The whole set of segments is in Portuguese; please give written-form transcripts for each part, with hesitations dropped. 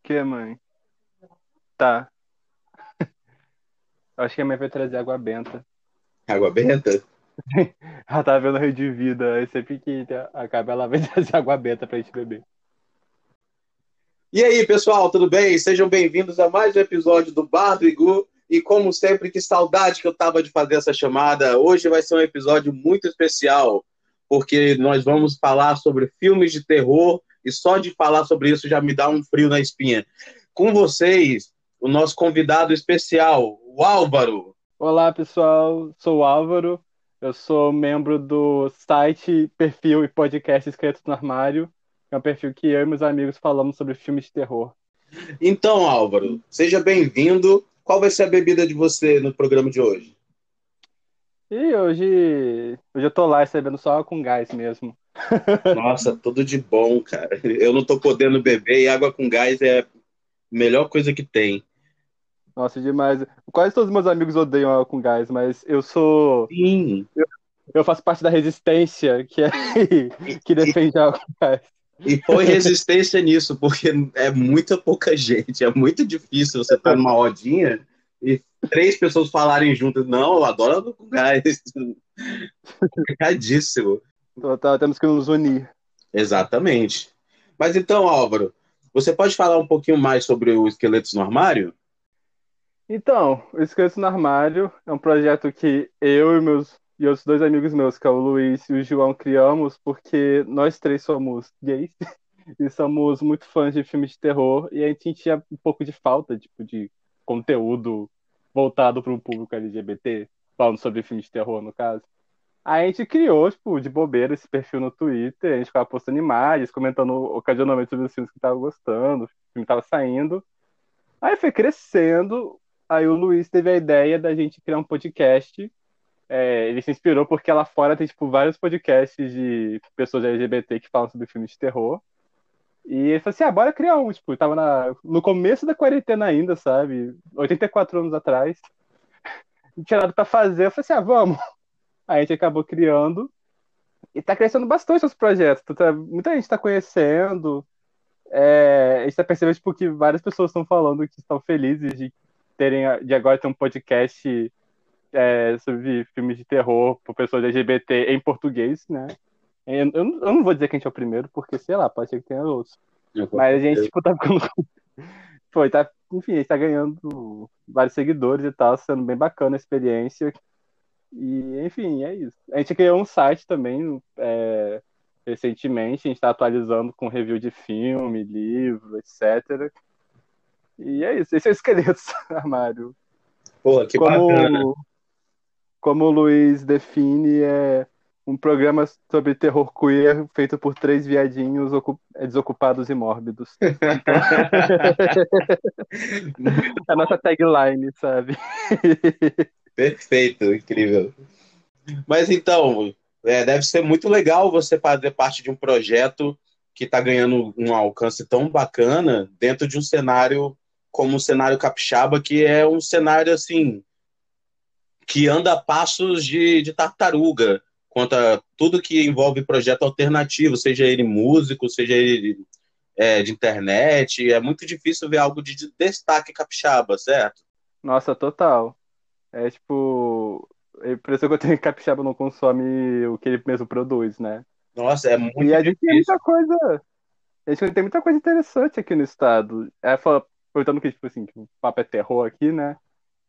Que, mãe? Tá. Acho que a mãe vai trazer água benta. Água benta? Ela tá vendo Rede Vida. Aí sempre que acaba, ela vai trazer água benta pra gente beber. E aí, pessoal, tudo bem? Sejam bem-vindos a mais um episódio do Bar do Igu. E como sempre, que saudade que eu tava de fazer essa chamada. Hoje vai ser um episódio muito especial, porque nós vamos falar sobre filmes de terror e só de falar sobre isso já me dá um frio na espinha. Com vocês, o nosso convidado especial, o Álvaro. Olá, pessoal. Sou o Álvaro. Eu sou membro do site, perfil e podcast Esqueletos no Armário. É um perfil que eu e meus amigos falamos sobre filmes de terror. Então, Álvaro, seja bem-vindo. Qual vai ser a bebida de você no programa de hoje? E hoje eu tô lá recebendo só com gás mesmo. Nossa, tudo de bom, cara. Eu não tô podendo beber e água com gás é a melhor coisa que tem. Nossa, demais. Quase todos os meus amigos odeiam água com gás, mas eu sou. Sim. Eu faço parte da resistência que, é, E, que e, defende a água com gás. e põe resistência nisso, porque é muita pouca gente. É muito difícil você estar numa rodinha e três pessoas falarem juntas. Não, eu adoro água com gás. Complicadíssimo. Então, temos que nos unir. Exatamente. Mas então, Álvaro, você pode falar um pouquinho mais sobre o Esqueletos no Armário? Então, o Esqueleto no Armário é um projeto que eu e outros dois amigos meus, que é o Luiz e o João, criamos porque nós três somos gays e somos muito fãs de filmes de terror e a gente sentia um pouco de falta, tipo, de conteúdo voltado para um público LGBT, falando sobre filmes de terror, no caso. Aí a gente criou, tipo, de bobeira esse perfil no Twitter, a gente ficava postando imagens, comentando ocasionalmente sobre os filmes que tava gostando, o filme tava saindo. Aí foi crescendo, aí o Luiz teve a ideia da gente criar um podcast. Ele se inspirou porque lá fora tem, tipo, vários podcasts de pessoas LGBT que falam sobre filmes de terror. E ele falou assim, bora criar um, tipo, tava no começo da quarentena ainda, sabe? 84 anos atrás. Não tinha nada pra fazer, eu falei assim, vamos. Aí a gente acabou criando. E tá crescendo bastante os projetos. Muita gente tá conhecendo. A gente tá percebendo tipo, que várias pessoas estão falando que estão felizes de agora ter um podcast sobre filmes de terror por pessoas LGBT em português, né? Eu não vou dizer que a gente é o primeiro, porque, sei lá, pode ser que tenha outros. Com Mas a gente, certeza. tipo, tá ficando. Enfim, a gente tá ganhando vários seguidores e tal, sendo bem bacana a experiência. E, enfim, é isso. A gente criou um site também, recentemente, a gente está atualizando com review de filme, livro, etc. E é isso, esse é o esqueleto do armário. Pô, que bacana. Como, como o Luiz define, é um programa sobre terror queer feito por três viadinhos desocupados e mórbidos. Então, é a nossa tagline, sabe? Perfeito, incrível. Mas então, deve ser muito legal você fazer parte de um projeto que está ganhando um alcance tão bacana dentro de um cenário como o cenário capixaba, que é um cenário assim que anda a passos de tartaruga quanto a tudo que envolve projeto alternativo, seja ele músico, seja ele de internet. É muito difícil ver algo de destaque capixaba, certo? Nossa, total. É tipo. A impressão que eu tenho é que capixaba não consome o que ele mesmo produz, né? Nossa, é E muito a gente tem muita difícil. coisa. A gente tem muita coisa interessante aqui no estado. Aproveitando que, tipo assim, que o papo é terror aqui, né?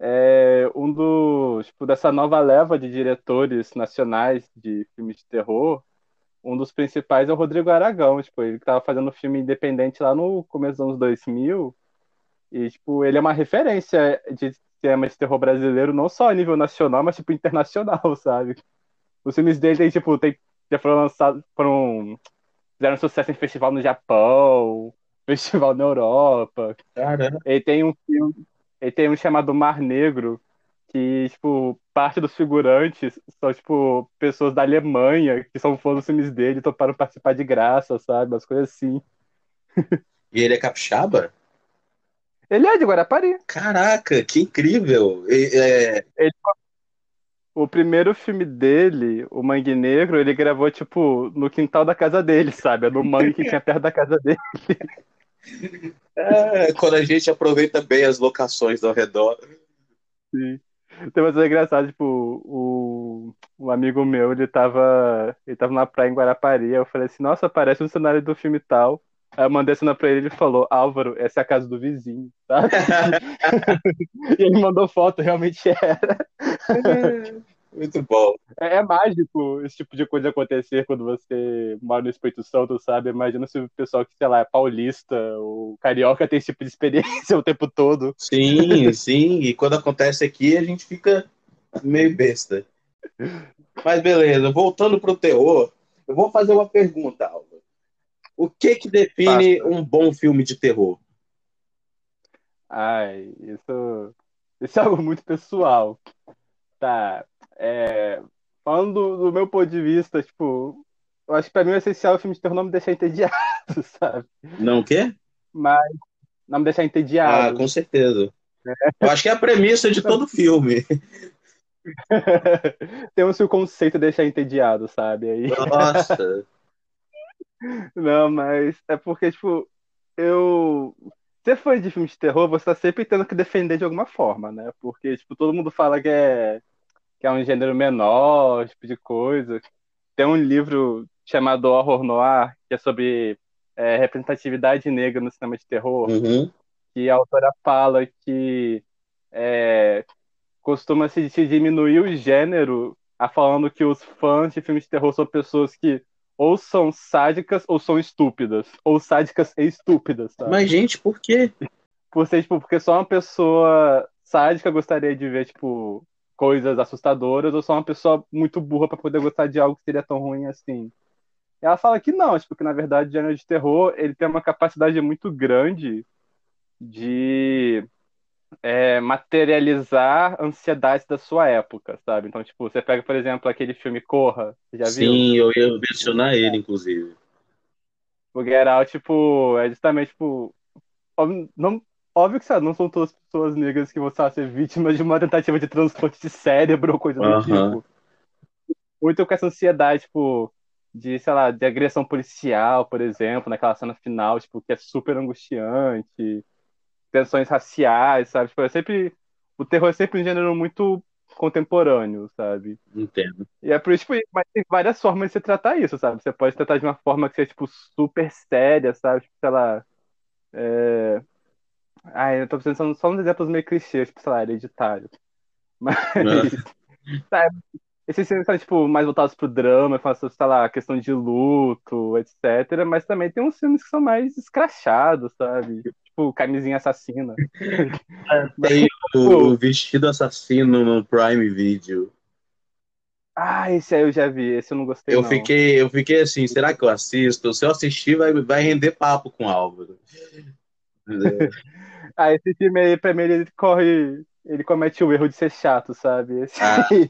Tipo, dessa nova leva de diretores nacionais de filmes de terror, um dos principais é o Rodrigo Aragão, tipo, ele que tava fazendo filme independente lá no começo dos anos 2000, e, tipo, ele é uma referência de cinema de terror brasileiro, não só a nível nacional, mas, tipo, internacional, sabe? Os filmes dele já foram lançados, fizeram sucesso em festival no Japão, festival na Europa. Caramba. Ele tem um filme, ele tem um chamado Mar Negro, que, tipo, parte dos figurantes são, tipo, pessoas da Alemanha que são fãs dos filmes dele e toparam participar de graça, sabe? As coisas assim. E ele é capixaba? Ele é de Guarapari. Caraca, que incrível! Ele- o primeiro filme dele, O Mangue Negro, ele gravou, tipo, no quintal da casa dele, sabe? No mangue que tinha perto da casa dele. É, quando a gente aproveita bem as locações ao redor. Sim. Tem uma coisa engraçada, tipo, um amigo meu, ele tava na praia em Guarapari, eu falei assim, nossa, parece um cenário do filme tal. Aí eu mandei a cena pra ele, ele falou, Álvaro, essa é a casa do vizinho, sabe? E ele mandou foto, realmente era. Muito bom. É mágico esse tipo de coisa acontecer quando você mora no Espírito Santo, sabe? Imagina se o pessoal que, sei lá, é paulista ou carioca tem esse tipo de experiência o tempo todo. Sim, sim. E quando acontece aqui, a gente fica meio besta. Mas beleza, voltando pro terror, eu vou fazer uma pergunta, Alva. O que que define Passa. um bom filme de terror? Ai, isso é algo muito pessoal. Tá. É, falando do meu ponto de vista, tipo, eu acho que pra mim o essencial é o filme de terror não me deixar entediado, sabe? Não o quê? Mas não me deixar Ah, entediado. com certeza. Eu acho que é a premissa de todo filme. Temos o conceito de deixar entediado, sabe? Aí. Nossa. Não, mas é porque, tipo, eu. Ser fã de filme de terror, você tá sempre tendo que defender de alguma forma, né? Porque, tipo, todo mundo fala que é um gênero menor, esse tipo de coisa. Tem um livro chamado Horror Noir, que é sobre representatividade negra no cinema de terror, Uhum. que a autora fala que é, costuma-se diminuir o gênero, falando que os fãs de filmes de terror são pessoas que ou são sádicas ou são estúpidas, ou sádicas e estúpidas, Mas, sabe? gente, por quê? Porque só uma pessoa sádica gostaria de ver, tipo, coisas assustadoras, ou só uma pessoa muito burra pra poder gostar de algo que seria tão ruim assim. Ela fala que não, tipo, que na verdade o gênero de terror ele tem uma capacidade muito grande de materializar ansiedades da sua época, sabe? Então, tipo, você pega, por exemplo, aquele filme Corra, você já viu? Sim, eu ia mencionar ele, inclusive. O Get Out, tipo, é justamente, tipo, não, óbvio que, sabe, não são todas pessoas negras que vão sabe, ser vítimas de uma tentativa de transplante de cérebro ou coisa do Aham. tipo. Muito com essa ansiedade, tipo, de, sei lá, de agressão policial, por exemplo, naquela cena final, tipo, que é super angustiante, tensões raciais, sabe? Tipo, o terror é sempre um gênero muito contemporâneo, sabe? Entendo. E é por isso, tipo, mas tem várias formas de se tratar isso, sabe? Você pode tratar de uma forma que seja, tipo, super séria, sabe? Tipo, sei lá. Ai, eu tô pensando só uns exemplos meio clichês, tipo, sei lá, hereditário. Mas, Ah, sabe? Esses filmes são, tipo, mais voltados pro drama, falam sobre, sei lá, questão de luto, etc. Mas também tem uns filmes que são mais escrachados, sabe? Tipo, Camisinha Assassina. Mas, tem o tipo, Vestido Assassino no Prime Video. esse aí eu já vi, esse eu não gostei, não. Eu fiquei assim, será que eu assisto? Se eu assistir, vai render papo com o Álvaro. Esse filme aí, pra mim, ele comete o erro de ser chato, sabe? Esse Ah, aí,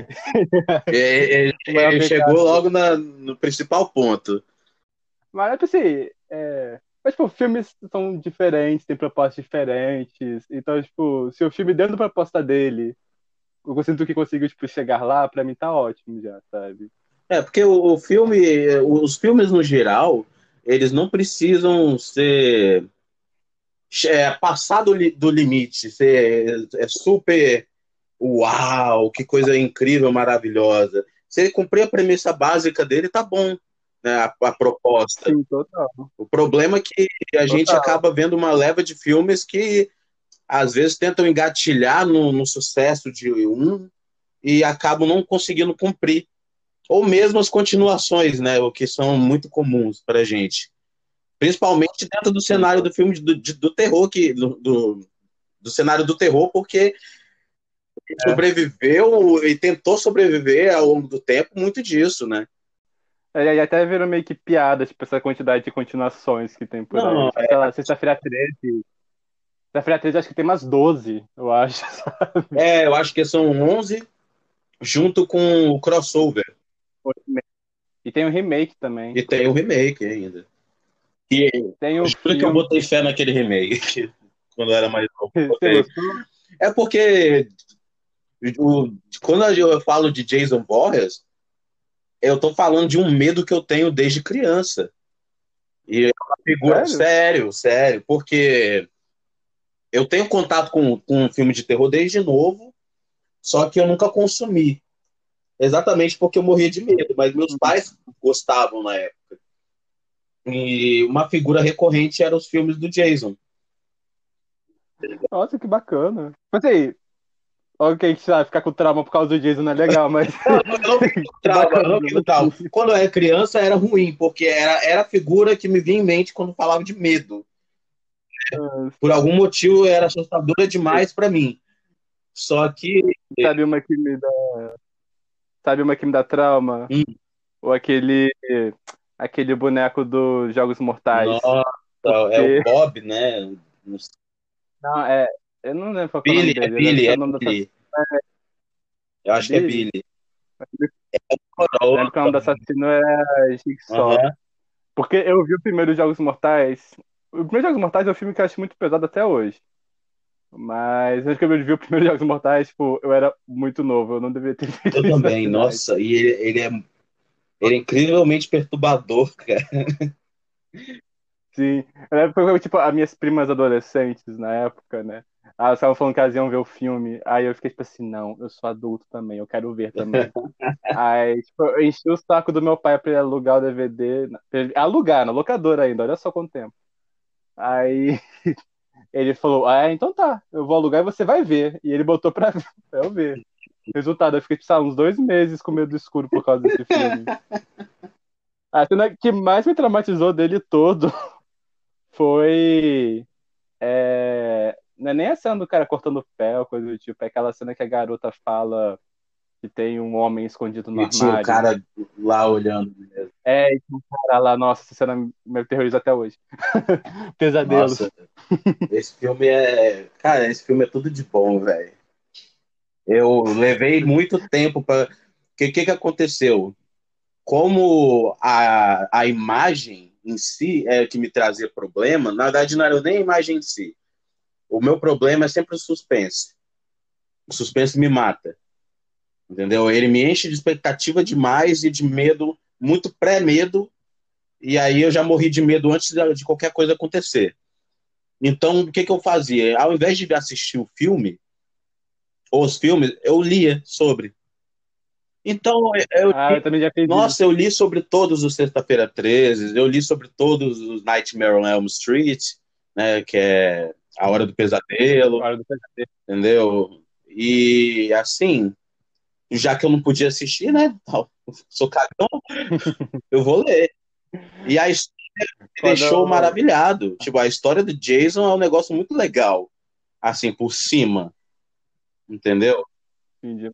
o maior ele chegou pecado. logo no principal ponto. Mas, tipo assim, mas, tipo, filmes são diferentes, têm propostas diferentes. Então, tipo, se o filme dentro da proposta dele, eu sinto que conseguiu, tipo, chegar lá, pra mim tá ótimo já, sabe? É, porque o filme, os filmes no geral, eles não precisam ser passar do limite, ser super uau, que coisa incrível, maravilhosa. Se ele cumprir a premissa básica dele, tá bom, né, a proposta. Sim, total. O problema é que a gente Total. acaba vendo uma leva de filmes que às vezes tentam engatilhar no sucesso de um e acabam não conseguindo cumprir. Ou mesmo as continuações, né, o que são muito comuns pra gente. Principalmente dentro do Sim, cenário do filme do terror, do cenário do terror, porque é. sobreviveu e tentou sobreviver ao longo do tempo muito disso, né? E até virou meio que piada, tipo, essa quantidade de continuações que tem por Não, aí. Tipo, sei lá, Sexta-feira 13. Sexta-feira 13 acho que tem umas 12, eu acho, sabe? eu acho que são 11 junto com o crossover. E tem o remake também. E tem o remake ainda. E Tem eu o juro que eu filme. botei fé naquele remake quando eu era mais novo. Eu Você botei. gostou? É porque o, quando eu falo de Jason Voorhees, eu tô falando de um medo que eu tenho desde criança. E é uma figura, Sério? sério, sério, porque eu tenho contato com um filme de terror desde novo, só que eu nunca consumi. Exatamente porque eu morria de medo, mas meus Uhum. pais gostavam na época. E uma figura recorrente eram os filmes do Jason. Nossa, que bacana. Tipo assim, ok, que sabe, ficar com trauma por causa do Jason não é legal, mas Não, eu não fiquei com que trauma, eu bacana não fiquei mesmo com trauma. assim. Quando eu era criança era ruim, porque era a figura que me vinha em mente quando falava de medo. Ah, Por algum motivo era assustadora demais para mim. Só que, sabe uma que me dá, sabe uma que me dá trauma? hum, Ou aquele boneco dos Jogos Mortais. nossa, é o Porque, Bob, né? Não sei. não, eu não lembro qual que é o nome Billy, é dele, eu lembro Billy, que é é o nome da Billy. assassina Eu é acho que é Billy. Billy. Eu lembro que o nome do assassino é Jigsaw. Aham. Porque eu vi o primeiro Jogos Mortais. O primeiro Jogos Mortais é um filme que eu acho muito pesado até hoje. Mas antes que eu vi o primeiro Jogos Mortais, tipo, eu era muito novo, eu não devia ter Eu feito isso na também, cidade. nossa, e ele é incrivelmente perturbador, cara. Sim, eu lembro que foi tipo as minhas primas adolescentes na época, né? Elas estavam falando que elas iam ver o filme. Aí eu fiquei tipo assim, não, eu sou adulto também, eu quero ver também. Aí, tipo, eu enchi o saco do meu pai pra ele alugar o DVD. Pra ele alugar, na locadora ainda, olha só quanto tempo. Aí ele falou, então tá, eu vou alugar e você vai ver. E ele botou pra pra eu ver. Resultado, eu fiquei, tipo, uns 2 meses com medo do escuro por causa desse filme. A cena que mais me traumatizou dele todo foi. Não é nem a cena do cara cortando o pé ou coisa do tipo, é aquela cena que a garota fala que tem um homem escondido no E tinha o armário. cara lá olhando mesmo. E tem um cara lá, nossa, essa cena me terroriza até hoje. Nossa, Pesadelos. esse filme é. Cara, esse filme é tudo de bom, velho. Eu levei muito tempo para. O que aconteceu? Como a imagem em si é que me trazia problema, na verdade não era nem a imagem em si. O meu problema é sempre o suspense. O suspense me mata, entendeu? Ele me enche de expectativa demais e de medo, muito pré-medo, e aí eu já morri de medo antes de qualquer coisa acontecer. Então, o que eu fazia? Ao invés de assistir o filme, ou os filmes, eu lia sobre. Então, Eu também já fiz isso. nossa, eu li sobre todos os Sexta-feira 13, eu li sobre todos os Nightmare on Elm Street, né, que é A Hora do Pesadelo, Hora do pesadelo. entendeu? E, assim, já que eu não podia assistir, né, sou cagão, eu vou ler. E a história me Quando deixou eu, maravilhado. Tipo, a história do Jason é um negócio muito legal, assim, por cima, entendeu? entendi.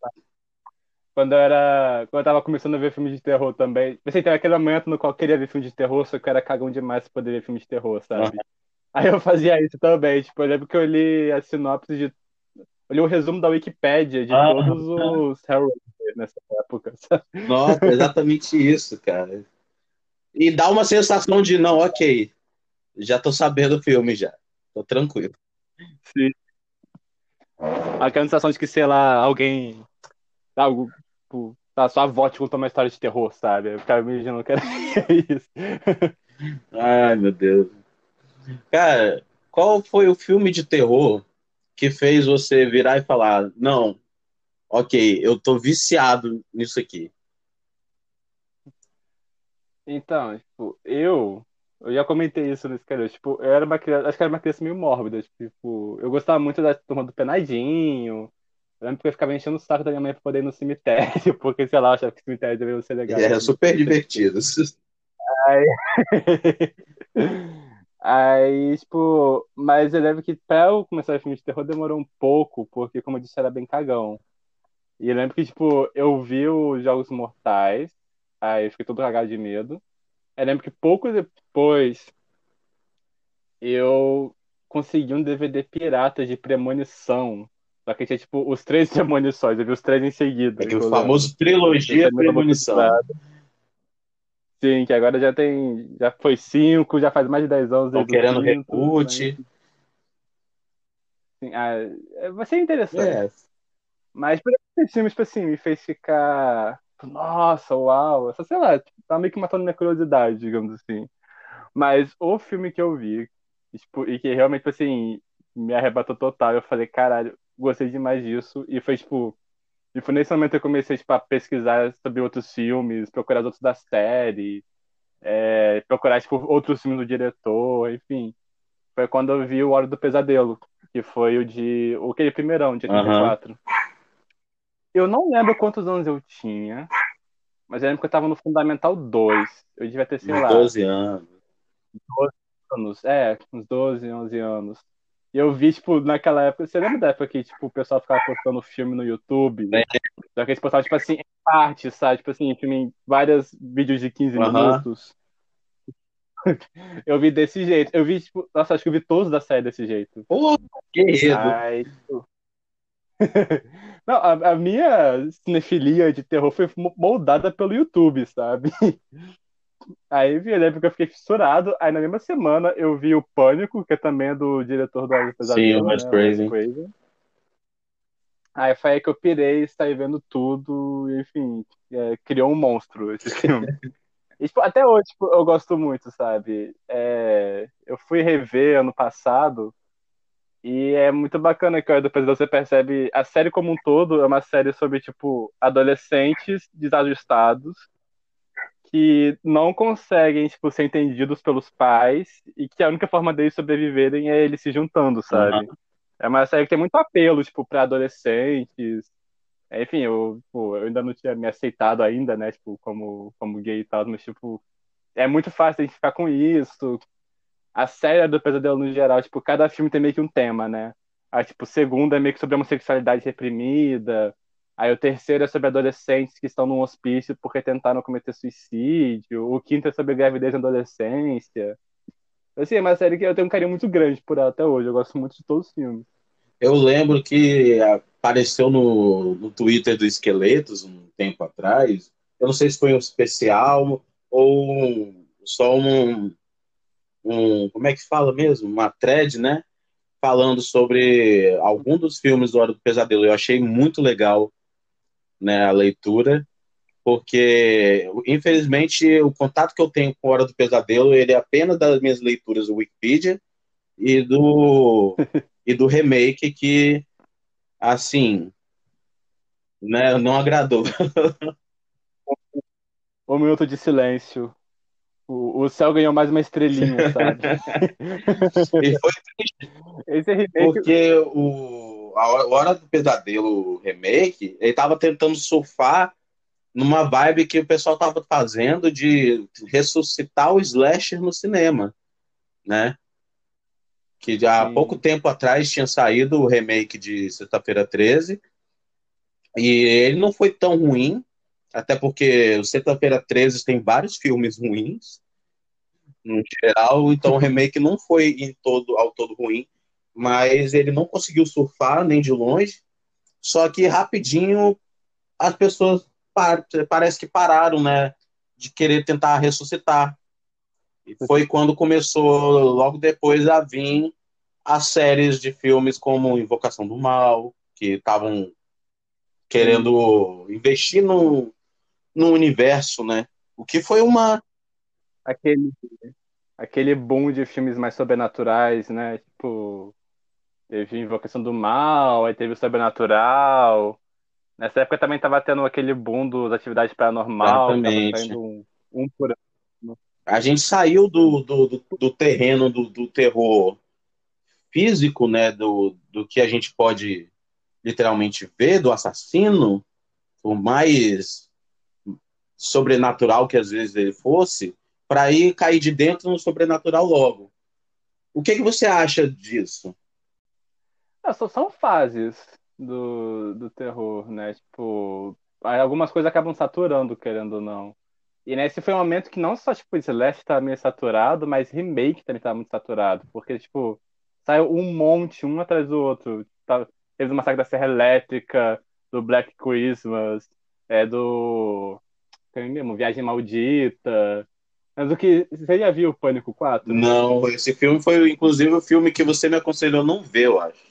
Quando eu tava começando a ver filme de terror também. Assim, teve aquele momento no qual eu queria ver filme de terror, só que eu era cagão demais pra poder ver filme de terror, sabe? Aí eu fazia isso também. Tipo, eu lembro que eu li a sinopse de. Eu li o resumo da Wikipédia de Ah, todos os Hellraisers nessa época, sabe? nossa, exatamente isso, cara. E dá uma sensação de, não, ok, já tô sabendo o filme já. Tô tranquilo. Sim. Aquela sensação de que, sei lá, alguém. Algo. Tipo, sua avó te contou uma história de terror, sabe? Eu ficava me imaginando que era isso. Ai, meu Deus. Cara, qual foi o filme de terror que fez você virar e falar, não, ok, eu tô viciado nisso aqui? Então, tipo, eu já comentei isso nesse cara, tipo, eu era uma criança, acho que era uma criança meio mórbida, tipo, eu gostava muito da turma do Penadinho. Eu lembro que eu ficava enchendo o saco da minha mãe pra poder ir no cemitério, porque, sei lá, eu achava que o cemitério deveria ser legal, É super divertido. Aí, aí, tipo, mas eu lembro que pra eu começar a filme de terror demorou um pouco, porque, como eu disse, eu era bem cagão. E eu lembro que, tipo, eu vi os Jogos Mortais, aí eu fiquei todo cagado de medo. Eu lembro que pouco depois eu consegui um DVD pirata de Premonição. Só que tinha, tipo, os três premonições. Eu vi os três em seguida, que Aquele eu lembro. famoso Eu trilogia saí na boca Premonição. sim, que agora já tem. Já foi cinco, já faz mais de 10 anos Estão desde o querendo quinto. Mas, reboot. assim, vai ser interessante. É, Mas por esses filmes, tipo assim, me fez ficar. Nossa, uau. Essa, sei lá, tipo, tá meio que matando minha curiosidade, digamos assim. Mas o filme que eu vi, tipo, e que realmente, tipo assim, me arrebatou total, eu falei, caralho, gostei demais disso. E foi, tipo, e foi nesse momento que eu comecei, tipo, a pesquisar sobre outros filmes, procurar os outros da série, procurar, tipo, outros filmes do diretor, enfim. Foi quando eu vi o Hora do Pesadelo, que foi aquele primeirão, de Aham. 84. Eu não lembro quantos anos eu tinha, mas eu lembro que eu tava no Fundamental 2. Eu devia ter, sei Uns lá, 12 anos. 12 anos. Uns 12, 11 anos. E eu vi, tipo, naquela época. Você lembra da época que, tipo, o pessoal ficava postando filme no YouTube? Né? Só que eles postavam, tipo assim, em partes, sabe? Tipo assim, filme em vários vídeos de 15 Aham. minutos. Eu vi desse jeito. Eu vi, tipo, nossa, acho que eu vi todos da série desse jeito. Pô, guerreiro. Ai. Não, a minha cinefilia de terror foi moldada pelo YouTube, sabe? Aí eu lembro que eu fiquei fissurado. Aí na mesma semana eu vi o Pânico, que também é do diretor do Hora do Sim, o Pesadelo, Wes né? O Wes Craven. Craven. Aí foi aí que eu pirei, saí vendo tudo, e, enfim, criou um monstro esse filme. E, tipo, até hoje, tipo, eu gosto muito, sabe? Eu fui rever ano passado, e é muito bacana que depois você percebe a série como um todo é uma série sobre, tipo, adolescentes desajustados que não conseguem, tipo, ser entendidos pelos pais e que a única forma deles sobreviverem é eles se juntando, sabe? Aham. É uma série que tem muito apelo, tipo, para adolescentes. Enfim, eu ainda não tinha me aceitado ainda, né, tipo, como gay e tal, mas, tipo, é muito fácil a gente ficar com isso. A série do Pesadelo no geral, tipo, cada filme tem meio que um tema, né? Aí, tipo, o segundo é meio que sobre a homossexualidade reprimida. Aí o terceiro é sobre adolescentes que estão num hospício porque tentaram cometer suicídio. O quinto é sobre gravidez na adolescência. Assim, é uma série que eu tenho um carinho muito grande por ela até hoje. Eu gosto muito de todos os filmes. Eu lembro que apareceu no Twitter do Esqueletos um tempo atrás. Eu não sei se foi um especial ou só como é que fala mesmo? Uma thread, né? Falando sobre algum dos filmes do Hora do Pesadelo. Eu achei muito legal, né, a leitura, porque infelizmente o contato que eu tenho com Hora do Pesadelo ele é apenas das minhas leituras do Wikipedia e do remake que assim, né, não agradou. Um minuto de silêncio. O céu ganhou mais uma estrelinha, sabe? E foi Esse remake. porque a Hora do Pesadelo remake, ele tava tentando surfar numa vibe que o pessoal tava fazendo de ressuscitar o slasher no cinema, né? Que já há pouco Sim, tempo atrás tinha saído o remake de Sexta-feira 13 e ele não foi tão ruim, até porque o Sexta-feira 13 tem vários filmes ruins, no geral, então o remake não foi ao todo ruim, mas ele não conseguiu surfar nem de longe, só que rapidinho as pessoas parece que pararam, né, de querer tentar ressuscitar. E foi quando começou, logo depois, a vir as séries de filmes como Invocação do Mal, que estavam sim. querendo investir no universo, né? O que foi uma. Aquele, aquele boom de filmes mais sobrenaturais, né? Tipo, teve Invocação do Mal, aí teve o Sobrenatural. Nessa época também tava tendo aquele boom das atividades paranormal, que tava Exatamente. saindo um por ano. A gente saiu do terreno do terror físico, né? Do que a gente pode literalmente ver, do assassino, por mais sobrenatural que às vezes ele fosse, para ir cair de dentro no sobrenatural logo. O que você acha disso? São fases do terror, né? Tipo, aí algumas coisas acabam saturando, querendo ou não. E nesse foi um momento que não só, tipo, Slash tá meio saturado, mas remake também tá muito saturado. Porque, tipo, saiu um monte, um atrás do outro. Teve o Massacre da Serra Elétrica, do Black Christmas, do. Tem mesmo, Viagem Maldita. Mas o que. Você já viu o Pânico 4? Não, esse filme foi inclusive o filme que você me aconselhou não ver, eu acho.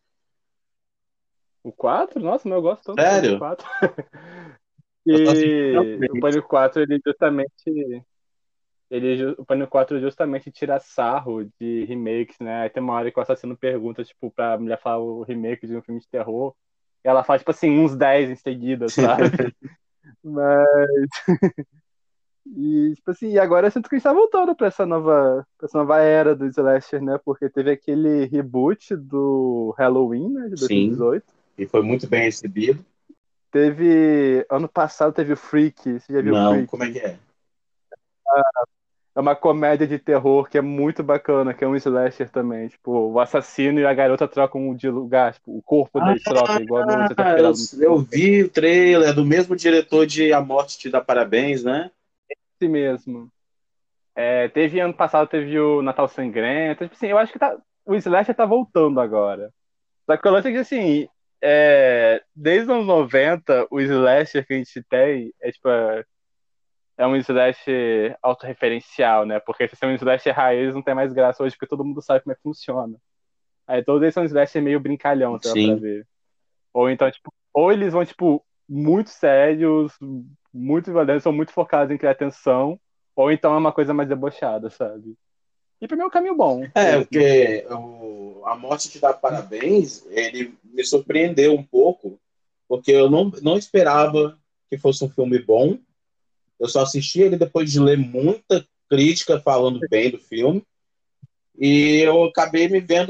O 4? Nossa, mas eu gosto tanto do Pânico Sério? 4. Eu só assisti E o finalmente. Pânico 4, ele justamente. o Pânico 4 justamente tira sarro de remakes, né? Aí tem uma hora que o assassino pergunta, tipo, pra mulher falar o remake de um filme de terror. E ela fala, tipo assim, uns 10 em seguida, sabe? Mas, e, tipo assim, e agora eu sinto que a gente tá voltando pra essa nova era do slasher, né? Porque teve aquele reboot do Halloween, né? De Sim, 2018. e foi muito bem recebido. Ano passado teve o Freak, você já viu o Não, como é Freak? que é? É uma comédia de terror que é muito bacana, que é um slasher também. Tipo, o assassino e a garota trocam de lugar, tipo, o corpo deles troca, igual no Ah, Sexta-feira. eu vi o trailer, é do mesmo diretor de A Morte Te Dá Parabéns, né? Assim mesmo. É, teve ano passado, teve o Natal Sangrento. Tipo assim, eu acho que o slasher tá voltando agora. Só que o lance é que, assim, desde os anos 90, o slasher que a gente tem é um slasher autorreferencial, né? Porque se é um slasher raiz, não tem mais graça hoje, porque todo mundo sabe como é que funciona. Aí todos eles são slasher meio brincalhão, sei lá, pra Sim. ver. Ou então, tipo, ou eles vão, tipo, muito sérios, muito violentos, são muito focados em criar tensão, ou então é uma coisa mais debochada, sabe? E pra mim é um caminho bom, É, esse. porque A Morte Te Dá Parabéns, ele me surpreendeu um pouco, porque eu não esperava que fosse um filme bom. Eu só assisti ele depois de ler muita crítica falando bem do filme. E eu acabei me vendo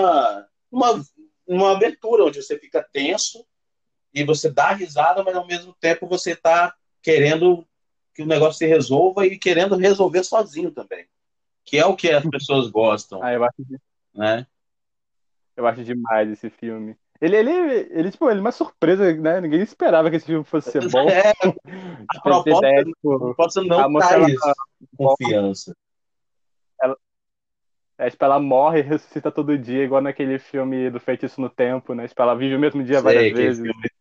numa aventura onde você fica tenso e você dá risada, mas ao mesmo tempo você está querendo que o negócio se resolva e querendo resolver sozinho também, que é o que as pessoas gostam, Ah, né? eu acho demais esse filme. Tipo, ele é uma surpresa, né? Ninguém esperava que esse filme fosse ser bom. É, a Pra ter ideia, a tipo, proposta não a moça, ela traz morre, confiança. ela, tipo, ela morre e ressuscita todo dia, igual naquele filme do Feitiço no Tempo, né? Tipo, ela vive o mesmo dia várias Sei, aquele vezes. filme.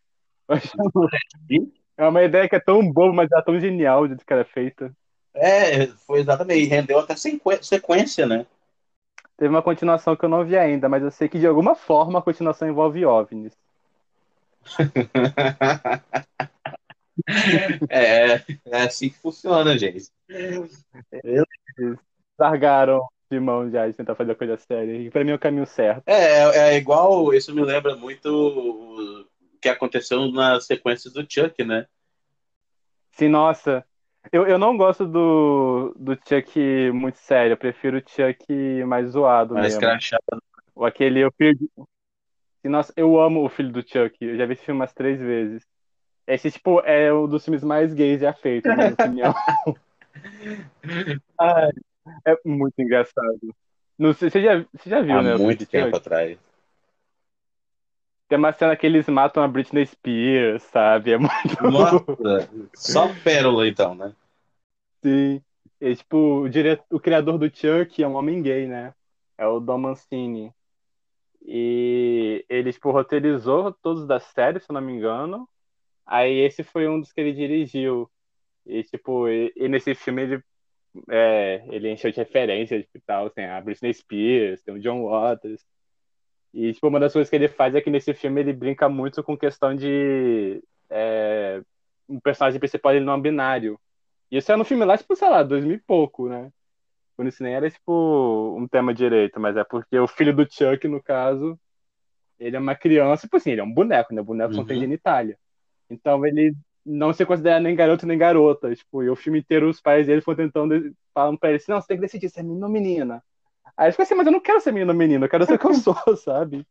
É uma ideia que é tão boba, mas é tão genial de que ela é feita. É, foi exatamente. E rendeu até sequência, né? Teve uma continuação que eu não vi ainda, mas eu sei que de alguma forma a continuação envolve OVNIs. É, é assim que funciona, gente. Eles largaram de mão já de tentar fazer coisa séria. E pra mim é o caminho certo. É igual, isso me lembra muito o que aconteceu nas sequências do Chuck, né? Sim, nossa. Eu não gosto do Chuck muito sério. Eu prefiro o Chuck mais zoado Mas mesmo. crachá. Ou aquele. O filho Sim, nossa, eu amo o filho do Chuck. Eu já vi esse filme umas 3 vezes. Esse, tipo, é um dos filmes mais gays já feitos, na minha opinião. Ai, é muito engraçado. Não sei, você já Há viu, né, o filho do muito tempo Chuck? atrás. Tem uma cena que eles matam a Britney Spears, sabe? É muito. Nossa, só pérola então, né? Sim. E, tipo, o criador do Chuck é um homem gay, né? É o Don Mancini. E ele, tipo, roteirizou todos da série, se eu não me engano. Aí esse foi um dos que ele dirigiu. E, tipo, e nesse filme ele encheu de referências e tal. Tem a Britney Spears, tem o John Waters. E, tipo, uma das coisas que ele faz é que nesse filme ele brinca muito com questão de um personagem principal ele não é binário. E isso é no filme lá, tipo, sei lá, 2000 e pouco, né? Quando isso nem era, tipo, um tema direito, mas é porque o filho do Chuck, no caso, ele é uma criança, tipo assim, ele é um boneco, né? O boneco não tem Uhum. genitália. Então ele não se considera nem garoto nem garota. Tipo, e o filme inteiro os pais dele foram tentando, falando pra ele assim, não, você tem que decidir se é menino ou menina. Aí ele fica assim, mas eu não quero ser menino ou menina, eu quero ser o que eu sou, sabe?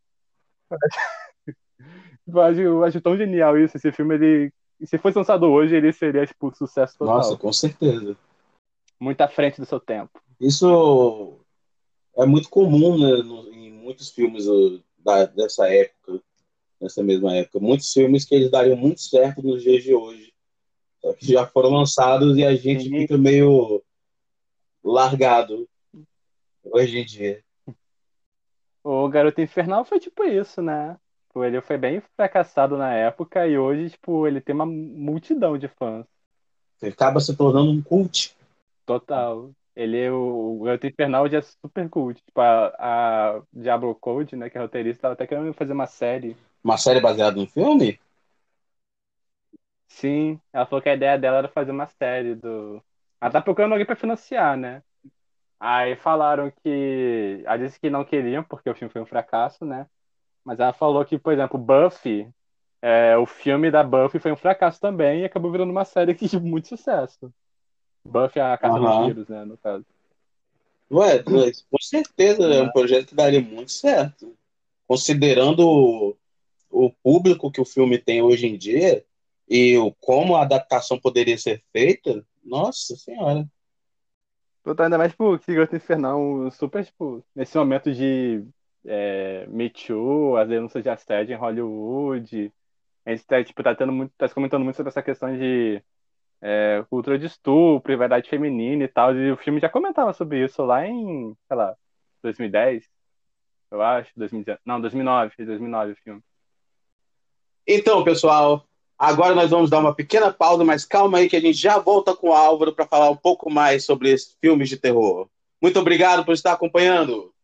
Eu acho tão genial isso. Esse filme, ele. Se fosse lançado hoje, ele seria, tipo, sucesso Nossa, total. com certeza. Muito à frente do seu tempo. Isso é muito comum, né, em muitos filmes dessa época, nessa mesma época. Muitos filmes que eles dariam muito certo nos dias de hoje, só que já foram lançados e a gente Sim. fica meio largado hoje em dia. O Garoto Infernal foi tipo isso, né? Tipo, ele foi bem fracassado na época e hoje, tipo, ele tem uma multidão de fãs. Você acaba se tornando um cult. Total. O Garoto Infernal já é super cult. Tipo, a Diablo Code, né, que é roteirista, tava até querendo fazer uma série. Uma série baseada num filme? Sim, ela falou que a ideia dela era fazer uma série Ela tá procurando alguém pra financiar, né? Aí falaram que. Ela disse que não queriam, porque o filme foi um fracasso, né? Mas ela falou que, por exemplo, Buffy, o filme da Buffy foi um fracasso também e acabou virando uma série de muito sucesso. Buffy, a Aham. Caça-Vampiros, né, no caso. Ué, com certeza é um Aham. projeto que daria muito certo. Considerando o público que o filme tem hoje em dia como a adaptação poderia ser feita, nossa senhora. Puta, ainda mais, tipo, que Garota Infernal, super, tipo, nesse momento de Me Too, as denúncias de assédio em Hollywood. A gente tá, tipo, tá se comentando muito sobre essa questão de cultura de estupro, rivalidade feminina e tal. E o filme já comentava sobre isso lá em, sei lá, 2010, eu acho, 2010, não, 2009 o filme. Então, pessoal, agora nós vamos dar uma pequena pausa, mas calma aí que a gente já volta com o Álvaro para falar um pouco mais sobre esses filmes de terror. Muito obrigado por estar acompanhando.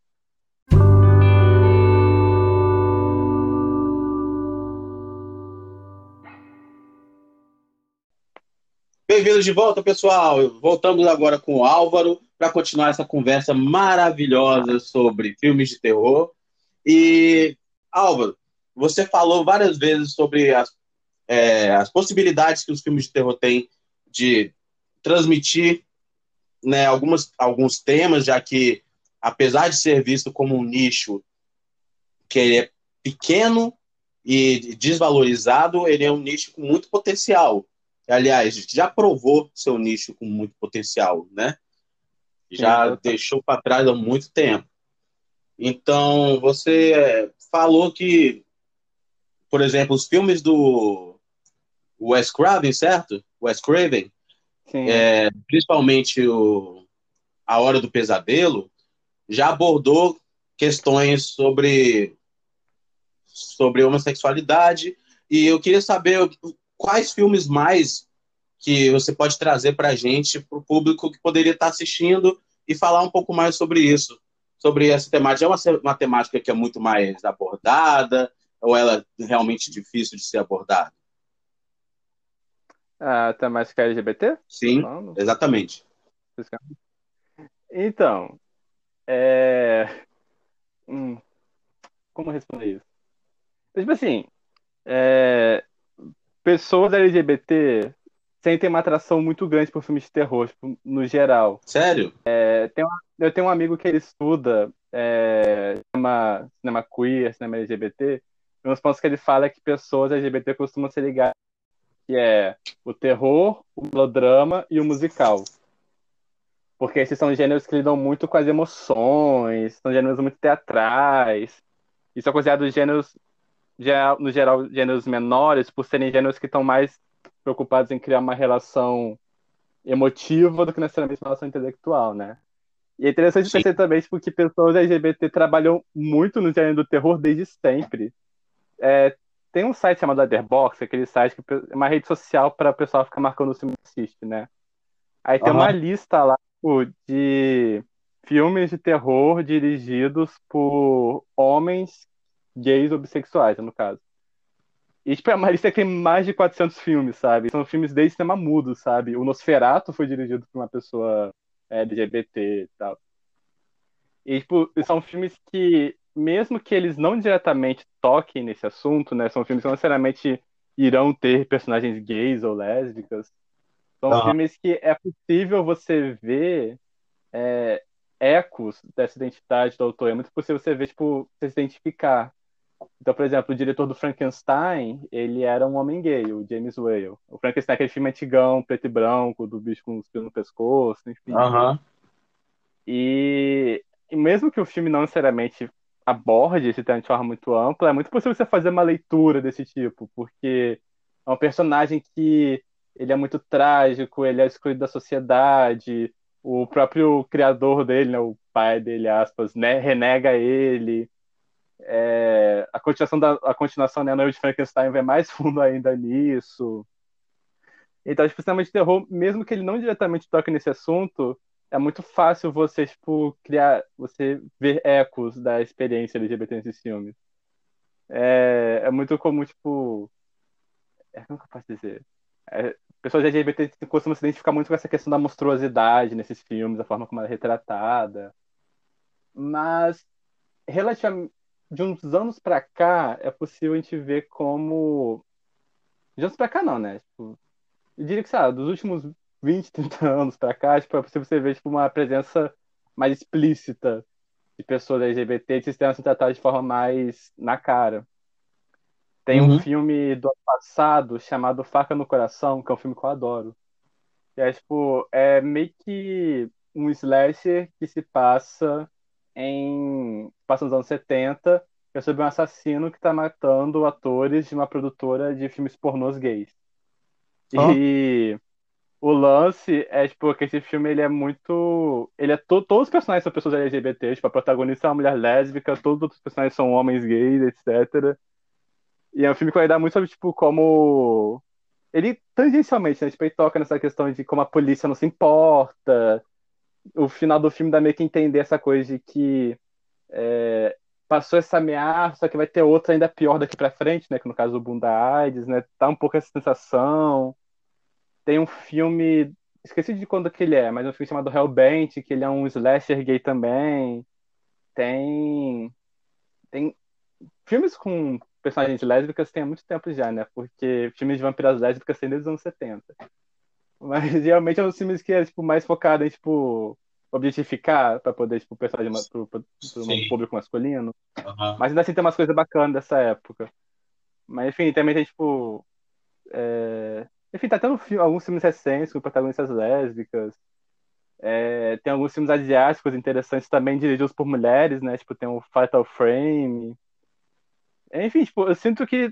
Bem-vindos de volta, pessoal. Voltamos agora com o Álvaro para continuar essa conversa maravilhosa sobre filmes de terror. E, Álvaro, você falou várias vezes sobre as possibilidades que os filmes de terror têm de transmitir, né, alguns temas, já que, apesar de ser visto como um nicho que ele é pequeno e desvalorizado, ele é um nicho com muito potencial. Aliás, já provou seu nicho com muito potencial, né? Sim, Já total. deixou para trás há muito tempo. Então, você falou que, por exemplo, os filmes do Wes Craven, certo? Wes Craven, Sim. principalmente A Hora do Pesadelo, já abordou questões sobre homossexualidade. E eu queria saber quais filmes mais que você pode trazer para a gente, para o público que poderia estar assistindo e falar um pouco mais sobre isso, sobre essa temática. É uma temática que é muito mais abordada ou ela é realmente difícil de ser abordada? A temática LGBT? Tá Sim, falando? exatamente. Então, é... hum, como responder isso? Então, tipo assim, é, pessoas LGBT sentem uma atração muito grande por filmes de terror, tipo, no geral. Sério? Eu tenho um amigo que ele estuda cinema queer, cinema LGBT, e um dos pontos que ele fala é que pessoas LGBT costumam se ligar, que é o terror, o melodrama e o musical. Porque esses são gêneros que lidam muito com as emoções, são gêneros muito teatrais, e são considerados gêneros, no geral, gêneros menores, por serem gêneros que estão mais preocupados em criar uma relação emotiva do que necessariamente uma relação intelectual, né? E é interessante Sim. perceber também tipo, que pessoas LGBT trabalham muito no gênero do terror desde sempre. É, tem um site chamado Letterboxd, aquele site que é uma rede social para o pessoal ficar marcando o filme que assiste, né? Aí tem uma Aham. lista lá tipo, de filmes de terror dirigidos por homens gays ou bissexuais, no caso. E, tipo, é uma lista que tem mais de 400 filmes, sabe? São filmes desde cinema mudo, sabe? O Nosferatu foi dirigido por uma pessoa LGBT e tal. E, tipo, são filmes que, mesmo que eles não diretamente toquem nesse assunto, né? São filmes que não necessariamente irão ter personagens gays ou lésbicas. São Aham. filmes que é possível você ver é, ecos dessa identidade do autor. É muito possível você ver, tipo, você se identificar. Então, por exemplo, o diretor do Frankenstein, ele era um homem gay, o James Whale. O Frankenstein é aquele filme antigão, preto e branco, do bicho com os pelos no pescoço, enfim. Aham. E mesmo que o filme não necessariamente aborde esse tema de forma muito ampla, é muito possível você fazer uma leitura desse tipo, porque é um personagem que ele é muito trágico, ele é excluído da sociedade, o próprio criador dele, né, o pai dele, aspas, né, renega ele. A continuação né, Noite de Frankenstein vai mais fundo ainda nisso. Então, tipo, cinema de terror, mesmo que ele não diretamente toque nesse assunto, é muito fácil você, tipo, você ver ecos da experiência LGBT nesses filmes. É muito comum, tipo, como que eu posso dizer? pessoas LGBT costumam se identificar muito com essa questão da monstruosidade nesses filmes, da forma como ela é retratada. Mas, relativamente, de uns anos pra cá, é possível a gente ver como. De anos pra cá, não, né? Tipo, eu diria que, sei lá, dos últimos 20, 30 anos pra cá, tipo, é possível você ver tipo, uma presença mais explícita de pessoas LGBT e sistemas sendo tratados de forma mais na cara. Tem um Uhum. filme do ano passado chamado Faca no Coração, que é um filme que eu adoro. Que é, tipo, é meio que um slasher que se passa nos anos 70, que é sobre um assassino que tá matando atores de uma produtora de filmes pornôs gays. Ó. E o lance é, tipo, que esse filme ele é muito. Todos os personagens são pessoas LGBT, tipo, a protagonista é uma mulher lésbica, todos os outros personagens são homens gays, etc. E é um filme que vai dar muito sobre, tipo, como. Ele tangencialmente, né? Tipo, ele toca nessa questão de como a polícia não se importa. O final do filme dá meio que entender essa coisa de que passou essa ameaça, só que vai ter outra ainda pior daqui pra frente, né? Que no caso do boom da AIDS, né? Tá um pouco essa sensação. Tem um filme, esqueci de quando que ele é, mas é um filme chamado Hellbent, que ele é um slasher gay também. Tem, tem filmes com personagens lésbicas tem há muito tempo já, né? Porque filmes de vampiras lésbicas tem desde os anos 70. Mas geralmente é um filmes que é tipo, mais focado em tipo, objetificar pra poder, tipo, personagem pro um Sim. público masculino. Aham. Mas ainda assim tem umas coisas bacanas dessa época. Mas enfim, também tem tipo. Enfim, tá tendo alguns filmes recentes com protagonistas lésbicas. Tem alguns filmes asiáticos interessantes também dirigidos por mulheres, né? Tipo, tem o Fatal Frame. Enfim, tipo, eu sinto que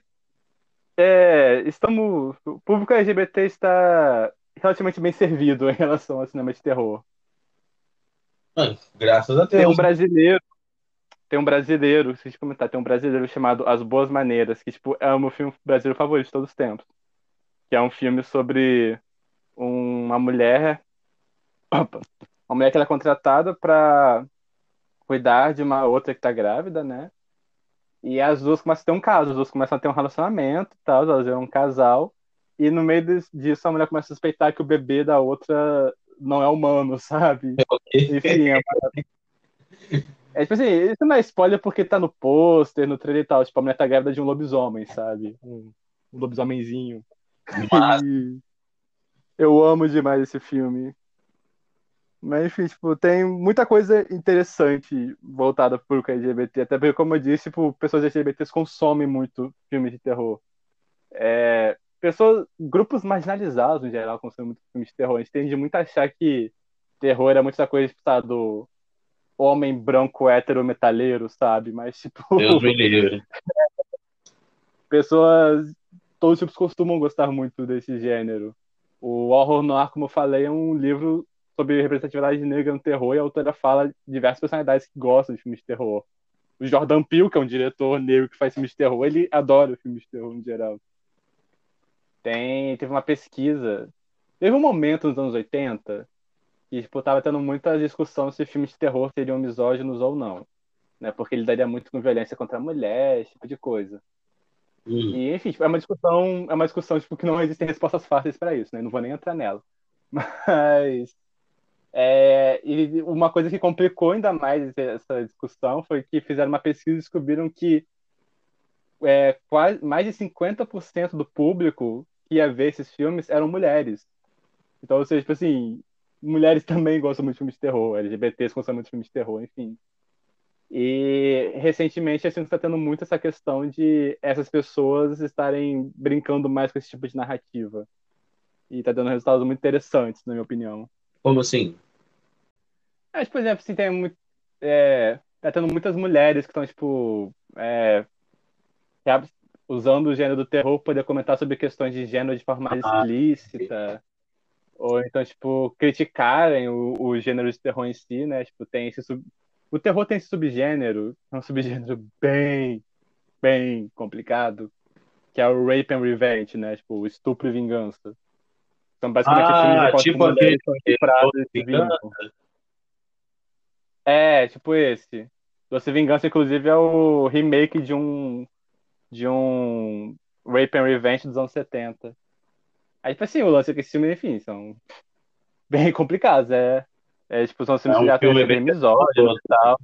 o público LGBT está relativamente bem servido em relação ao cinema de terror. Graças a Tem um Deus. brasileiro, tem um brasileiro, se eu comentar, tem um brasileiro chamado As Boas Maneiras, que tipo, é o meu filme brasileiro favorito de todos os tempos. Que é um filme sobre uma mulher, opa, uma mulher que ela é contratada para cuidar de uma outra que tá grávida, né? E as duas começam a ter um caso, as duas começam a ter um relacionamento e tal, elas viram um casal. E no meio disso a mulher começa a suspeitar que o bebê da outra não é humano, sabe? Enfim, tipo assim, isso não é spoiler porque tá no pôster, no trailer e tal. Tipo, a mulher tá grávida de um lobisomem, sabe? Um lobisomenzinho. Mas, E eu amo demais esse filme. Mas enfim, tipo, tem muita coisa interessante voltada pro LGBT. Até porque, como eu disse, tipo, pessoas LGBTs consomem muito filmes de terror. Grupos marginalizados, em geral, consomem muito filmes de terror. A gente tende muito a achar que terror é muita coisa, tipo, tá, do homem branco hétero metaleiro, sabe? Mas, tipo, Deus me livre. pessoas, todos os tipos costumam gostar muito desse gênero. O Horror Noir, como eu falei, é um livro sobre representatividade negra no terror e a autora fala de diversas personalidades que gostam de filmes de terror. O Jordan Peele, que é um diretor negro que faz filmes de terror, ele adora filmes de terror em geral. Teve uma pesquisa, teve um momento nos anos 80 que tipo, tava tendo muita discussão se filmes de terror seriam misóginos ou não, né? Porque ele daria muito com violência contra a mulher, esse tipo de coisa. Hum. E, enfim, tipo, é uma discussão tipo, que não existem respostas fáceis para isso, né? Não vou nem entrar nela. Mas e uma coisa que complicou ainda mais essa discussão foi que fizeram uma pesquisa e descobriram que quase mais de 50% do público que ia ver esses filmes eram mulheres. Então, ou seja, tipo assim, mulheres também gostam muito de filmes de terror, LGBTs gostam muito de filmes de terror, enfim. E recentemente assim está tendo muito essa questão de essas pessoas estarem brincando mais com esse tipo de narrativa. E está dando resultados muito interessantes, na minha opinião. Como assim? Mas, por exemplo, assim, tá tendo muitas mulheres que estão, tipo, usando o gênero do terror para poder comentar sobre questões de gênero de forma mais Ah, explícita, ou então, tipo, criticarem o gênero de terror em si, né? Tipo, o terror tem esse subgênero, é um subgênero bem complicado, que é o Rape and Revenge, né? Tipo, o estupro e vingança. São basicamente filmes enquanto tipo aquele mulheres são estupradas Doce e se Vingança. vingam. Tipo esse. Doce Vingança, inclusive, é o remake de um Rape and Revenge dos anos 70. Aí, tipo assim, o lance é que esse filme, enfim, são bem complicados. Tipo, são É filmes que um já filme têm bem misóginos pesado. e tal.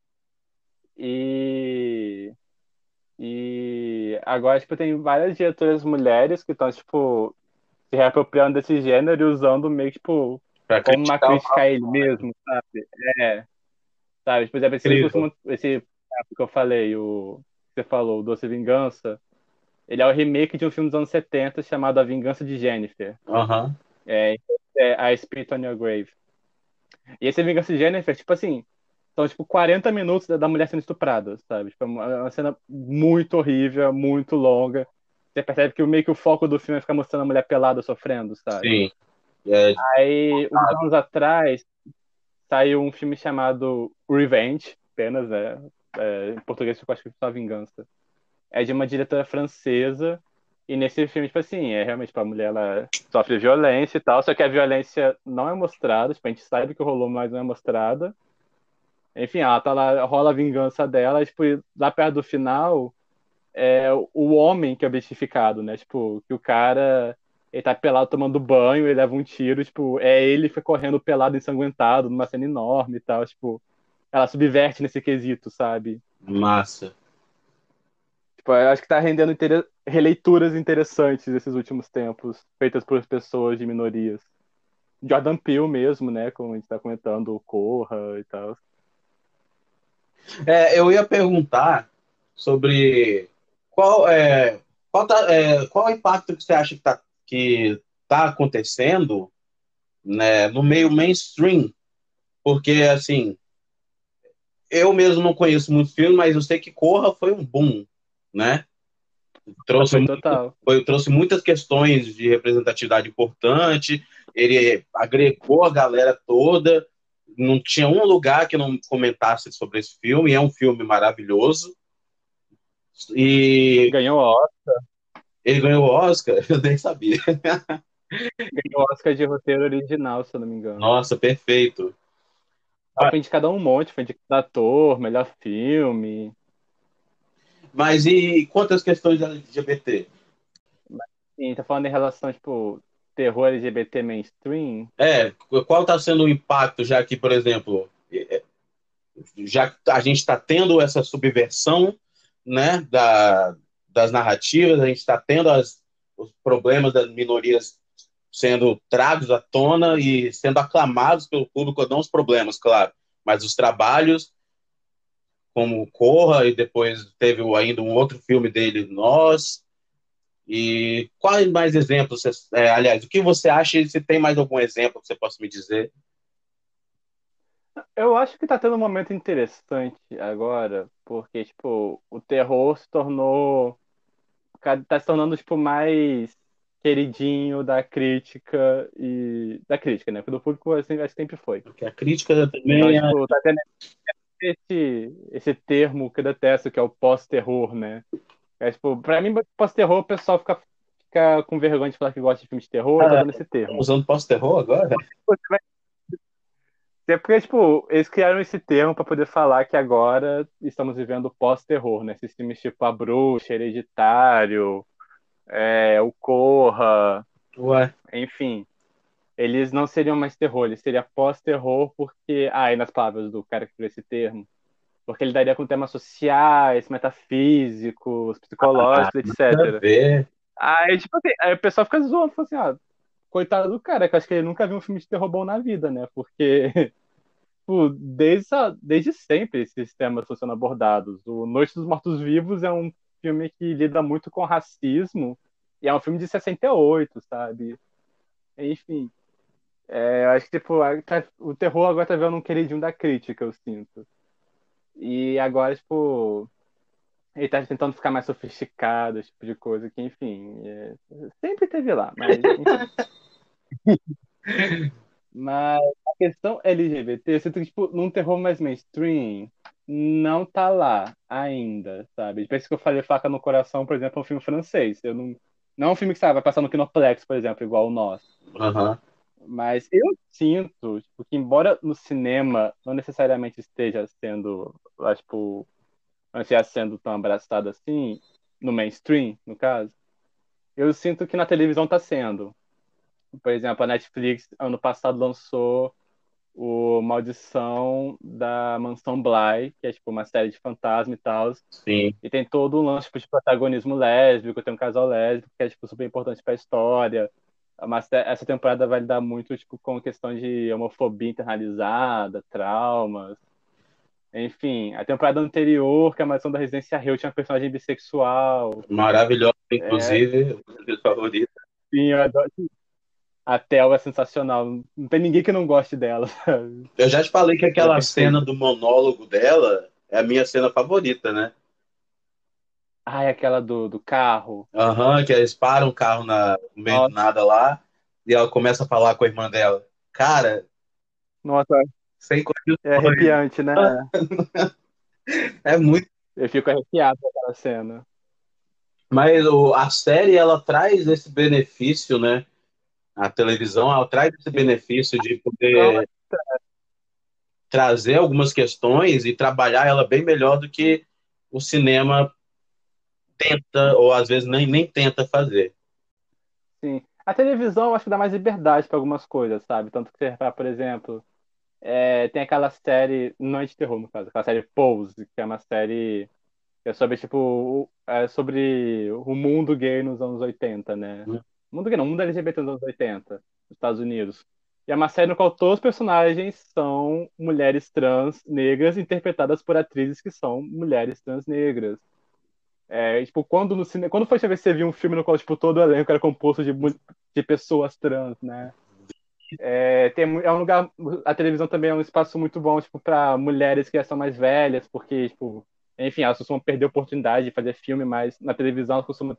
E, e agora, tipo, tem várias diretoras mulheres que estão, tipo, se reapropriando desse gênero e usando meio, tipo, Pra como uma criticar o crítica a ele Nolan. mesmo, sabe? É, sabe? Por exemplo, esse Incrível. último, esse que eu falei, que você falou, o Doce Vingança, ele é o remake de um filme dos anos 70 chamado A Vingança de Jennifer. Aham. É, A Spirit on Your Grave. E esse A Vingança de Jennifer, tipo assim, são tipo 40 minutos da mulher sendo estuprada, sabe? Tipo, é uma cena muito horrível, muito longa. Você percebe que meio que o foco do filme é ficar mostrando a mulher pelada sofrendo, sabe? Sim. É, Aí, uns anos atrás, saiu um filme chamado Revenge, apenas, né? Em português eu acho que é só Vingança. É de uma diretora francesa. E nesse filme, tipo assim, é realmente tipo, a mulher ela sofre violência e tal, só que a violência não é mostrada, tipo, a gente sabe que rolou, mas não é mostrada. Enfim, ela tá lá, rola a vingança dela, e, tipo, lá perto do final, é o homem que é objetificado, né? Tipo, que o cara, ele tá pelado tomando banho, ele leva um tiro, tipo, é ele que foi correndo pelado, ensanguentado, numa cena enorme e tal, tipo, ela subverte nesse quesito, sabe? massa. Tipo, eu acho que tá rendendo releituras interessantes esses últimos tempos, feitas por pessoas de minorias. Jordan Peele mesmo, né? Como a gente tá comentando, o Corra e tal. Eu ia perguntar sobre qual é qual é o impacto que você acha que tá acontecendo, né, no meio mainstream, porque assim eu mesmo não conheço muito filme, mas eu sei que Corra foi um boom, né? Trouxe Foi total. trouxe muitas questões de representatividade importante, ele agregou a galera toda, não tinha um lugar que não comentasse sobre esse filme, é um filme maravilhoso, e Ganhou Oscar, ele ganhou o Oscar, eu nem sabia. ganhou Oscar de roteiro original, se eu não me engano. Nossa, perfeito. Ela Ah, foi indicada a um monte, foi indicada a ator, melhor filme. mas e quantas questões LGBT? Sim, tá falando em relação, tipo, terror LGBT mainstream. Qual está sendo o impacto, já que, por exemplo, já que a gente está tendo essa subversão, né, das narrativas, a gente está tendo os problemas das minorias sendo trazidos à tona e sendo aclamados pelo público, não os problemas, claro, mas os trabalhos, como Corra, e depois teve ainda um outro filme dele, Nós. E quais mais exemplos, aliás, o que você acha, e se tem mais algum exemplo que você possa me dizer? Eu acho que tá tendo um momento interessante agora, porque, tipo, o terror se tornou. Tá se tornando, tipo, mais queridinho da crítica e. Da crítica, né? Porque do público assim, acho que sempre foi. Porque a crítica Então, também é. tipo, tá tendo esse termo que eu detesto, que é o pós-terror, né? Tipo, pra mim, pós-terror, o pessoal fica com vergonha de falar que gosta de filme de terror e tá Ah, dando esse estão termo. usando pós-terror agora? É porque, tipo, eles criaram esse termo pra poder falar que agora estamos vivendo pós-terror, né? Esses filmes tipo A Bruxa, Hereditário, O Corra, Ué, enfim. Eles não seriam mais terror, eles seriam pós-terror porque... Ah, e nas palavras do cara que criou esse termo. Porque ele daria com temas sociais, metafísicos, psicológicos, nada a etc. ver. Aí, tipo assim, aí o pessoal fica zoando, fala assim, ah, coitado do cara, que eu acho que ele nunca viu um filme de terror bom na vida, né? Porque, tipo, desde sempre esses temas estão sendo abordados. O Noite dos Mortos-Vivos é um filme que lida muito com racismo, e é um filme de 68, sabe? Enfim, eu acho que, tipo, o terror agora tá vendo um queridinho da crítica, eu sinto. E agora, tipo, ele tá tentando ficar mais sofisticado, esse tipo de coisa, que, enfim, sempre teve lá, mas, enfim. Mas a questão LGBT, eu sinto que, tipo, num terror mais mainstream, não tá lá ainda, sabe? Por isso que eu falei Faca no Coração, por exemplo, é um filme francês. Eu não é um filme que, sabe, vai passar no Kinoplex, por exemplo, igual o Nós. Aham. Mas eu sinto, tipo, que embora no cinema não necessariamente esteja sendo, lá, tipo, não esteja sendo tão abraçado assim, no mainstream, no caso, eu sinto que na televisão tá sendo. Por exemplo, a Netflix, ano passado, lançou o Maldição da Mansão Bly, que é tipo uma série de fantasma e tal. Sim. E tem todo um lance tipo, de protagonismo lésbico, tem um casal lésbico, que é tipo, super importante pra história. Essa temporada vai lidar muito tipo, com questão de homofobia internalizada, traumas. Enfim, a temporada anterior, que é a Maldição da Residência Hill, tinha um personagem bissexual. Maravilhosa, É, inclusive, meu favorito. sim, eu adoro. A Tel é sensacional. Não tem ninguém que não goste dela, sabe? Eu já te falei que Ela é aquela cena perfeita. do monólogo dela é a minha cena favorita, né? Ai, aquela do carro. Aham, que eles param o carro no meio do Nossa, nada lá e ela começa a falar com a irmã dela. Cara, nossa, sem é condições. arrepiante, né? É muito. Eu fico arrepiado com aquela cena. Mas a série, ela traz esse benefício, né? A televisão, ela traz esse Sim. benefício de Então, poder trazer algumas questões e trabalhar ela bem melhor do que o cinema tenta, ou às vezes nem tenta fazer. sim. A televisão eu acho que dá mais liberdade para algumas coisas, sabe? Tanto que você repara, por exemplo, tem aquela série, não é de terror, no caso, aquela série Pose, que é uma série que é sobre, tipo, sobre o mundo gay nos anos 80, né? Mundo gay não, o mundo LGBT nos anos 80, nos Estados Unidos. E é uma série no qual todos os personagens são mulheres trans negras interpretadas por atrizes que são mulheres trans negras. Tipo, quando no cinema, quando foi a vez que você viu um filme no qual tipo todo o elenco era composto de pessoas trans, né? É um lugar, a televisão também é um espaço muito bom, tipo, para mulheres que já são mais velhas, porque, tipo, enfim, elas costumam perder a oportunidade de fazer filme, mas na televisão elas costumam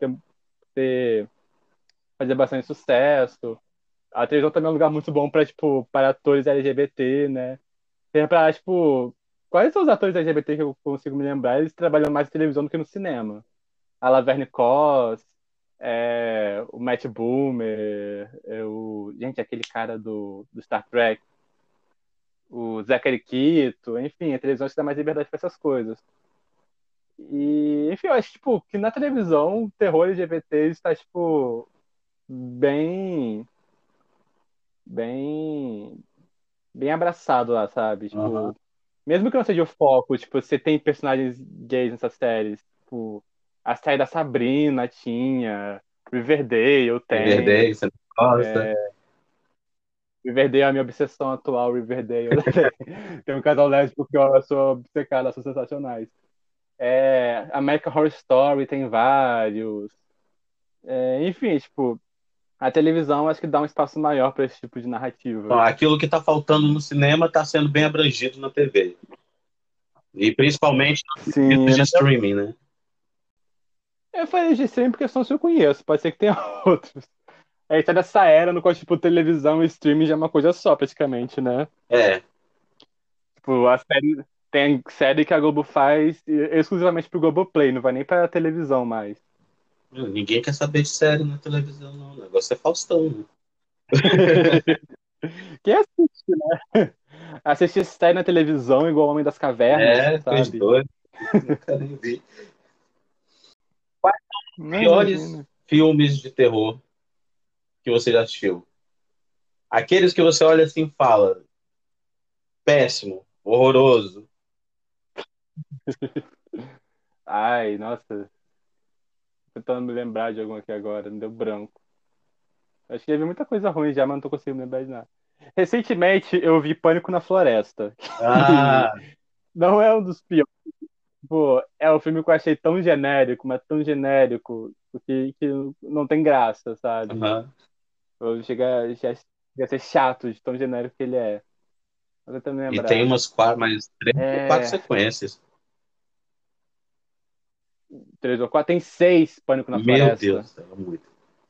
fazer bastante sucesso. A televisão também é um lugar muito bom para, tipo, para atores LGBT, né? Tem pra, tipo, quais são os atores LGBT que eu consigo me lembrar? Eles trabalham mais na televisão do que no cinema. A Laverne Cox, o Matt Bomer, gente, aquele cara do Star Trek, o Zachary Quito, enfim, a televisão te dá mais liberdade para essas coisas. E, enfim, eu acho, tipo, que na televisão o terror LGBT está, tipo, bem, bem, bem abraçado lá, sabe? Aham. Tipo, mesmo que não seja o foco, tipo, você tem personagens gays nessas séries, tipo, a série da Sabrina tinha, Riverdale tem, Riverdale, você não gosta. Riverdale é a minha obsessão atual, Riverdale. Tem um casal lésbico que eu sou obcecado, são sensacionais. American Horror Story tem vários. Enfim, tipo, a televisão acho que dá um espaço maior para esse tipo de Bom, narrativa. aquilo que está faltando no cinema está sendo bem abrangido na TV. E principalmente nos serviços Sim, de né? streaming, né? Eu falei de streaming porque são os que eu conheço, pode ser que tenha outros. A gente tá nessa era no qual, tipo, televisão e streaming já é uma coisa só, praticamente, né? É, Tipo, tem série que a Globo faz exclusivamente pro Globoplay, não vai nem pra televisão mais. ninguém quer saber de série na televisão, não. O negócio é Faustão, né? Quem assiste, né? Assistir série na televisão igual Homem das Cavernas, É, coisa de sabe? doido. Nunca nem vi. Quais os Não piores imagina. filmes de terror que você já assistiu? Aqueles que você olha assim e fala, péssimo, horroroso. Ai, nossa, tô tentando me lembrar de algum aqui agora, me deu branco. Acho que já vi muita coisa ruim já, mas não tô conseguindo me lembrar de nada. Recentemente eu vi Pânico na Floresta, que Ah, não é um dos piores. Pô, é um filme que eu achei tão genérico, mas tão genérico, que não tem graça, sabe? aham. Eu chega a ser chato de tão genérico que ele é. Vou tentando me E tem lembrar. umas quatro, mais três ou quatro É, sequências. 3 ou 4, tem 6 Pânico na Meu Deus Floresta. do céu, é muito.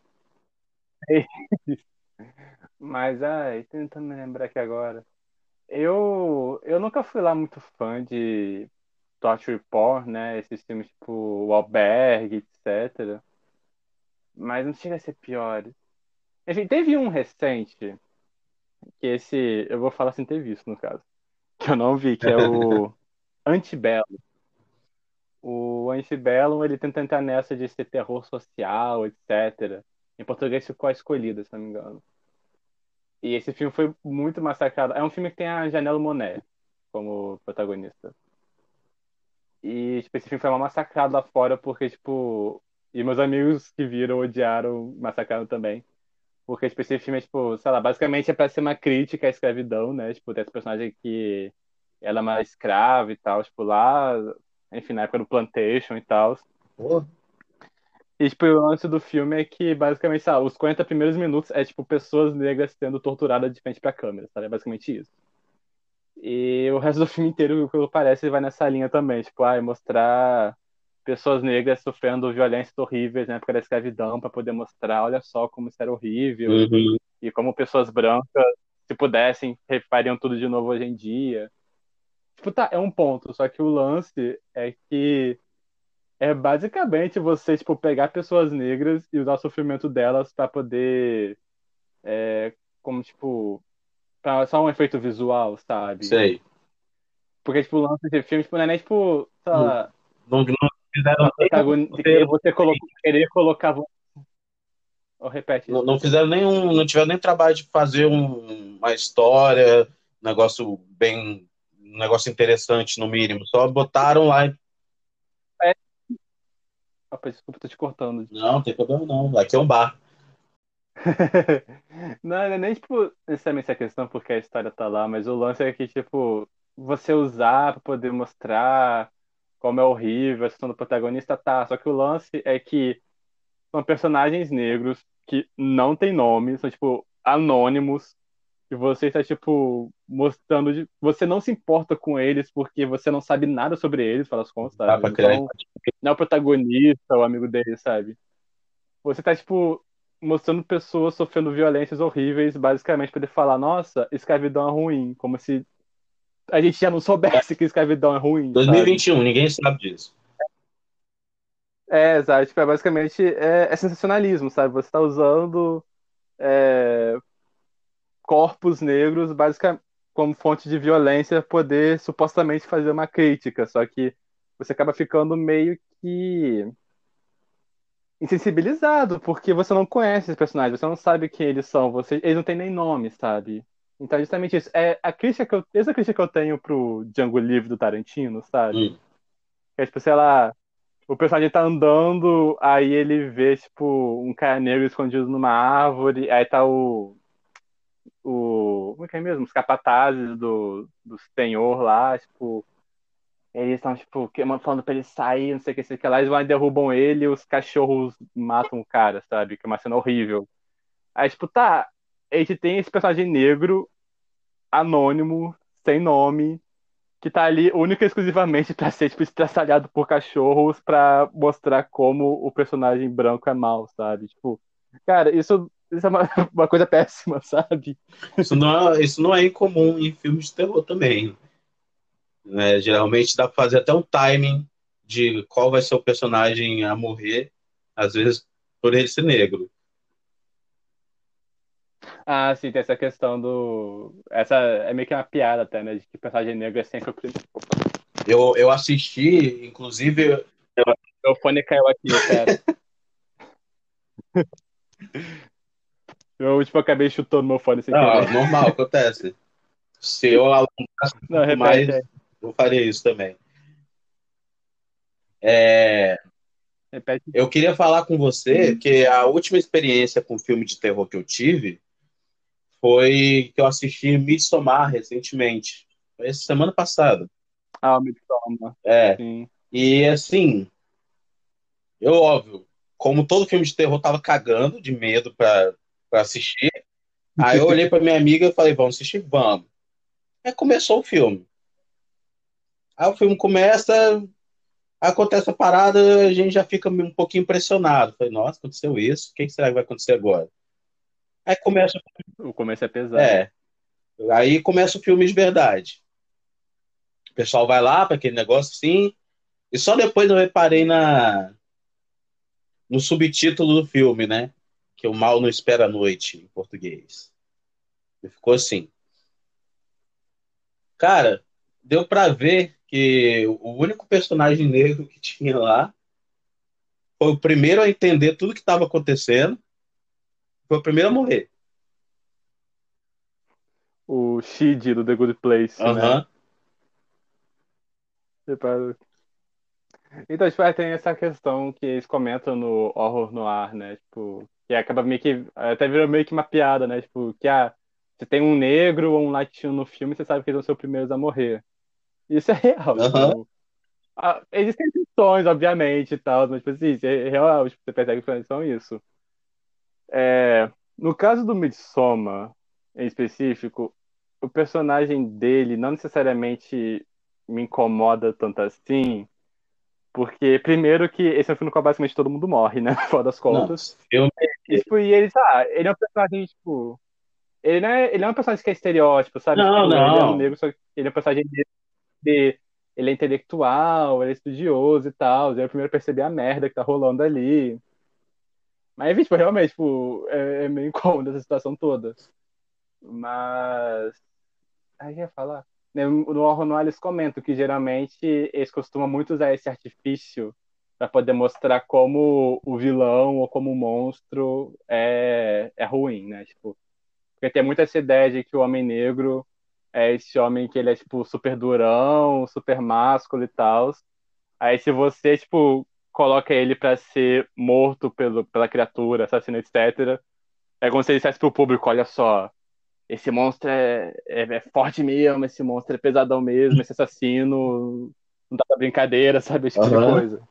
Mas, ai, tentando me lembrar aqui agora. Eu nunca fui lá muito fã de torture porn, né? Esses filmes tipo O Albergue, etc. Mas não chega a ser pior. Enfim, teve um recente, que esse, eu vou falar sem ter visto, no caso, que eu não vi, que é o Antebellum. O Antebellum, ele tenta entrar nessa de ser terror social, etc. Em português ficou A Escolhida, se não me engano. E esse filme foi muito massacrado. É um filme que tem a Janelle Monáe como protagonista. E, tipo, esse filme foi uma massacrado lá fora porque, tipo... E meus amigos que viram odiaram, massacraram também. Porque, tipo, esse filme é, tipo, sei lá, basicamente é pra ser uma crítica à escravidão, né? Tipo, tem essa personagem que ela é uma escrava e tal, tipo, lá, enfim, na época do Plantation e tal. Pô, E, tipo, o lance do filme é que, basicamente, sei lá, os 40 primeiros minutos é, tipo, pessoas negras sendo torturadas de frente pra câmera, sabe? É basicamente isso. E o resto do filme inteiro, pelo que parece, vai nessa linha também, tipo, mostrar pessoas negras sofrendo violências horríveis na época da escravidão pra poder mostrar, olha só como isso era horrível uhum. e como pessoas brancas, se pudessem, refariam tudo de novo hoje em dia. Tipo, tá, é um ponto, só que o lance é que é basicamente você, tipo, pegar pessoas negras e usar o sofrimento delas pra poder, como, tipo, pra só um efeito visual, sabe? Sei. Porque, tipo, o lance de filme, tipo, não é nem, tipo, sei Não, lá, não fizeram a nem um protagonista, roteiro, querer colocar... Oh, repete, não desculpa. fizeram nenhum, não tiveram nem trabalho de fazer uma história, negócio bem, um negócio interessante no mínimo. Só botaram lá. É, opa, desculpa, tô te cortando. Não, não tem problema não. Aqui é um bar. Não é nem, tipo, necessariamente essa questão porque a história tá lá, mas o lance é que, tipo, você usar pra poder mostrar como é horrível a situação do protagonista, tá. Só que o lance é que são personagens negros que não têm nome, são, tipo, anônimos, e você está, tipo, mostrando. Você não se importa com eles porque você não sabe nada sobre eles, pelas contas, Dá sabe? pra criar. Então, não é o protagonista, o amigo dele, sabe? Você tá, tipo, mostrando pessoas sofrendo violências horríveis, basicamente, pra poder falar, nossa, escravidão é ruim, como se a gente já não soubesse que escravidão é ruim, sabe? 2021, ninguém sabe disso. É, exato, tipo, basicamente é sensacionalismo, sabe? Você tá usando é, corpos negros, basicamente, como fonte de violência, poder supostamente fazer uma crítica, só que você acaba ficando meio que insensibilizado, porque você não conhece os personagens, você não sabe quem eles são, eles não têm nem nome, sabe? Então é justamente isso. É a crítica essa crítica que eu tenho pro Django Livre do Tarantino, sabe? Hum. É tipo, sei lá, o personagem tá andando, aí ele vê, tipo, um cara negro escondido numa árvore, aí tá como é que é mesmo? Os capatazes do senhor lá, tipo, eles estão, tipo, falando pra ele sair, não sei o que, sei o que lá, eles vão e derrubam ele e os cachorros matam o cara, sabe? Que é uma cena horrível. Aí, tipo, tá, a gente tem esse personagem negro, anônimo, sem nome, que tá ali única e exclusivamente pra ser, tipo, estraçalhado por cachorros pra mostrar como o personagem branco é mau, sabe? Tipo, cara, isso é uma, uma coisa péssima, sabe? Isso não é incomum em filmes de terror também, né? Geralmente dá pra fazer até um timing de qual vai ser o personagem a morrer, às vezes por ele ser negro. Ah, sim, tem essa questão do. Essa é meio que uma piada até, né? De que o personagem negro é sempre o primeiro. Eu assisti, inclusive, Meu fone caiu aqui, pera. Eu, tipo, acabei chutando meu fone sem ah, querer. normal, acontece. Se eu alongasse um Não, pouco repete mais, aí. eu faria isso também. É, Repete. eu queria falar com você que a última experiência com filme de terror que eu tive foi que eu assisti Midsommar recentemente. Foi essa semana passada. Ah, me toma. É. Sim. E assim, eu, óbvio, como todo filme de terror, tava cagando de medo pra assistir. Aí eu olhei pra minha amiga e falei, vamos assistir? Vamos. Aí começou o filme. Aí o filme começa, acontece a parada, a gente já fica um pouquinho impressionado. Falei, nossa, aconteceu isso? O que será que vai acontecer agora? Aí começa, O começo é pesado. é, aí começa o filme de verdade. O pessoal vai lá para aquele negócio assim, e só depois eu reparei no subtítulo do filme, né? Que o mal não espera a noite, em português. E ficou assim. Cara, deu pra ver que o único personagem negro que tinha lá foi o primeiro a entender tudo que estava acontecendo, foi o primeiro a morrer. o Shid do The Good Place, né? Aham. Tipo, então, tipo, tem essa questão que eles comentam no Horror Noir, né? Tipo, que acaba meio que. Até virou meio que uma piada, né? Tipo, que você tem um negro ou um latino no filme, você sabe que eles vão ser os primeiros a morrer. Isso é real, Aham. tipo. Existem exceções, obviamente, e tal, mas, tipo assim, isso é real, tipo, você percebe que são isso. No caso do Midsommar, em específico, o personagem dele não necessariamente me incomoda tanto assim, porque, primeiro, que esse é um filme no qual basicamente todo mundo morre, né? Fora das Não, contas. esse filme. E, tipo, ele é um personagem, tipo. Ele não é um personagem que é estereótipo, sabe? Não, Tipo, ele é um não. negro, só que ele é um personagem ele é intelectual, ele é estudioso e tal. Ele é o primeiro a perceber a merda que tá rolando ali. Mas, tipo, realmente, tipo, é meio incômodo essa situação toda. Mas. Aí ia falar. Né, no Horror Noir eles comentam que geralmente eles costumam muito usar esse artifício para poder mostrar como o vilão ou como o monstro é ruim, né? Tipo, porque tem muito essa ideia de que o homem negro é esse homem que ele é, tipo, super durão, super másculo e tal. Aí se você, tipo, coloca ele para ser morto pela criatura, assassino, etc., é como se ele dissesse pro público, olha só, esse monstro é forte mesmo, esse monstro é pesadão mesmo, esse assassino não tá pra brincadeira, sabe? Esse tipo de Aham. coisa.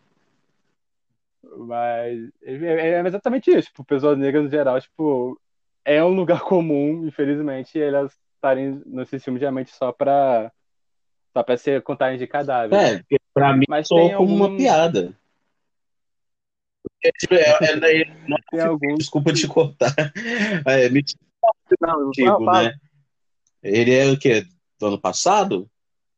Mas é exatamente isso, tipo, pessoas negras no geral, tipo, é um lugar comum, infelizmente, elas estarem nesse filme geralmente só pra ser contagem de cadáveres. Porque pra mim Mas soou como uma piada. Tipo, não é um tem filme, alguns, desculpa te cortar. Me não, antigo, fala, né? Ele é o quê? Do ano passado?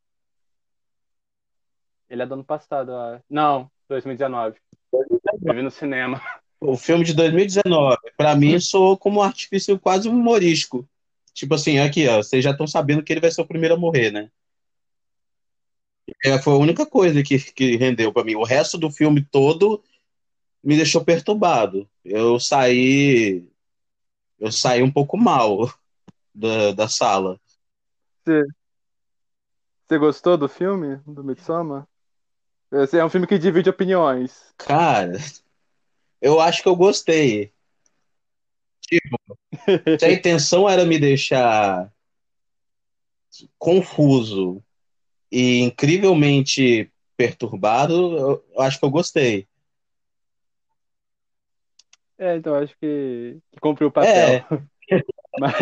ele é do ano passado, não, 2019, eu vi no cinema. O filme de 2019, pra mim, soou como um artifício quase humorístico. Tipo assim, aqui, ó, vocês já estão sabendo que ele vai ser o primeiro a morrer, né? Foi a única coisa que rendeu pra mim. O resto do filme todo me deixou perturbado. Eu saí um pouco mal da sala. Você, você gostou do filme, do Midsommar? Esse é um filme que divide opiniões. Cara, eu acho que eu gostei. Tipo, se a intenção era me deixar confuso e incrivelmente perturbado, eu acho que eu gostei. Então acho que cumpriu o papel. É, Mas,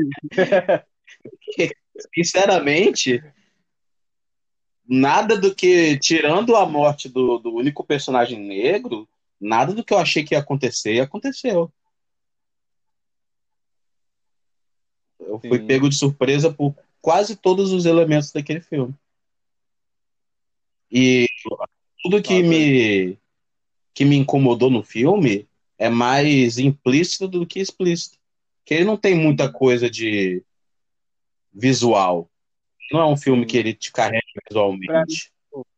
sinceramente, nada do que, tirando a morte do único personagem negro, nada do que eu achei que ia acontecer, aconteceu. Eu fui pego sim, de surpresa por quase todos os elementos daquele filme. E tudo que nossa, me, que me incomodou no filme é mais implícito do que explícito. Que ele não tem muita coisa de visual. Não é um filme que sim. ele te carrega Pra, visualmente.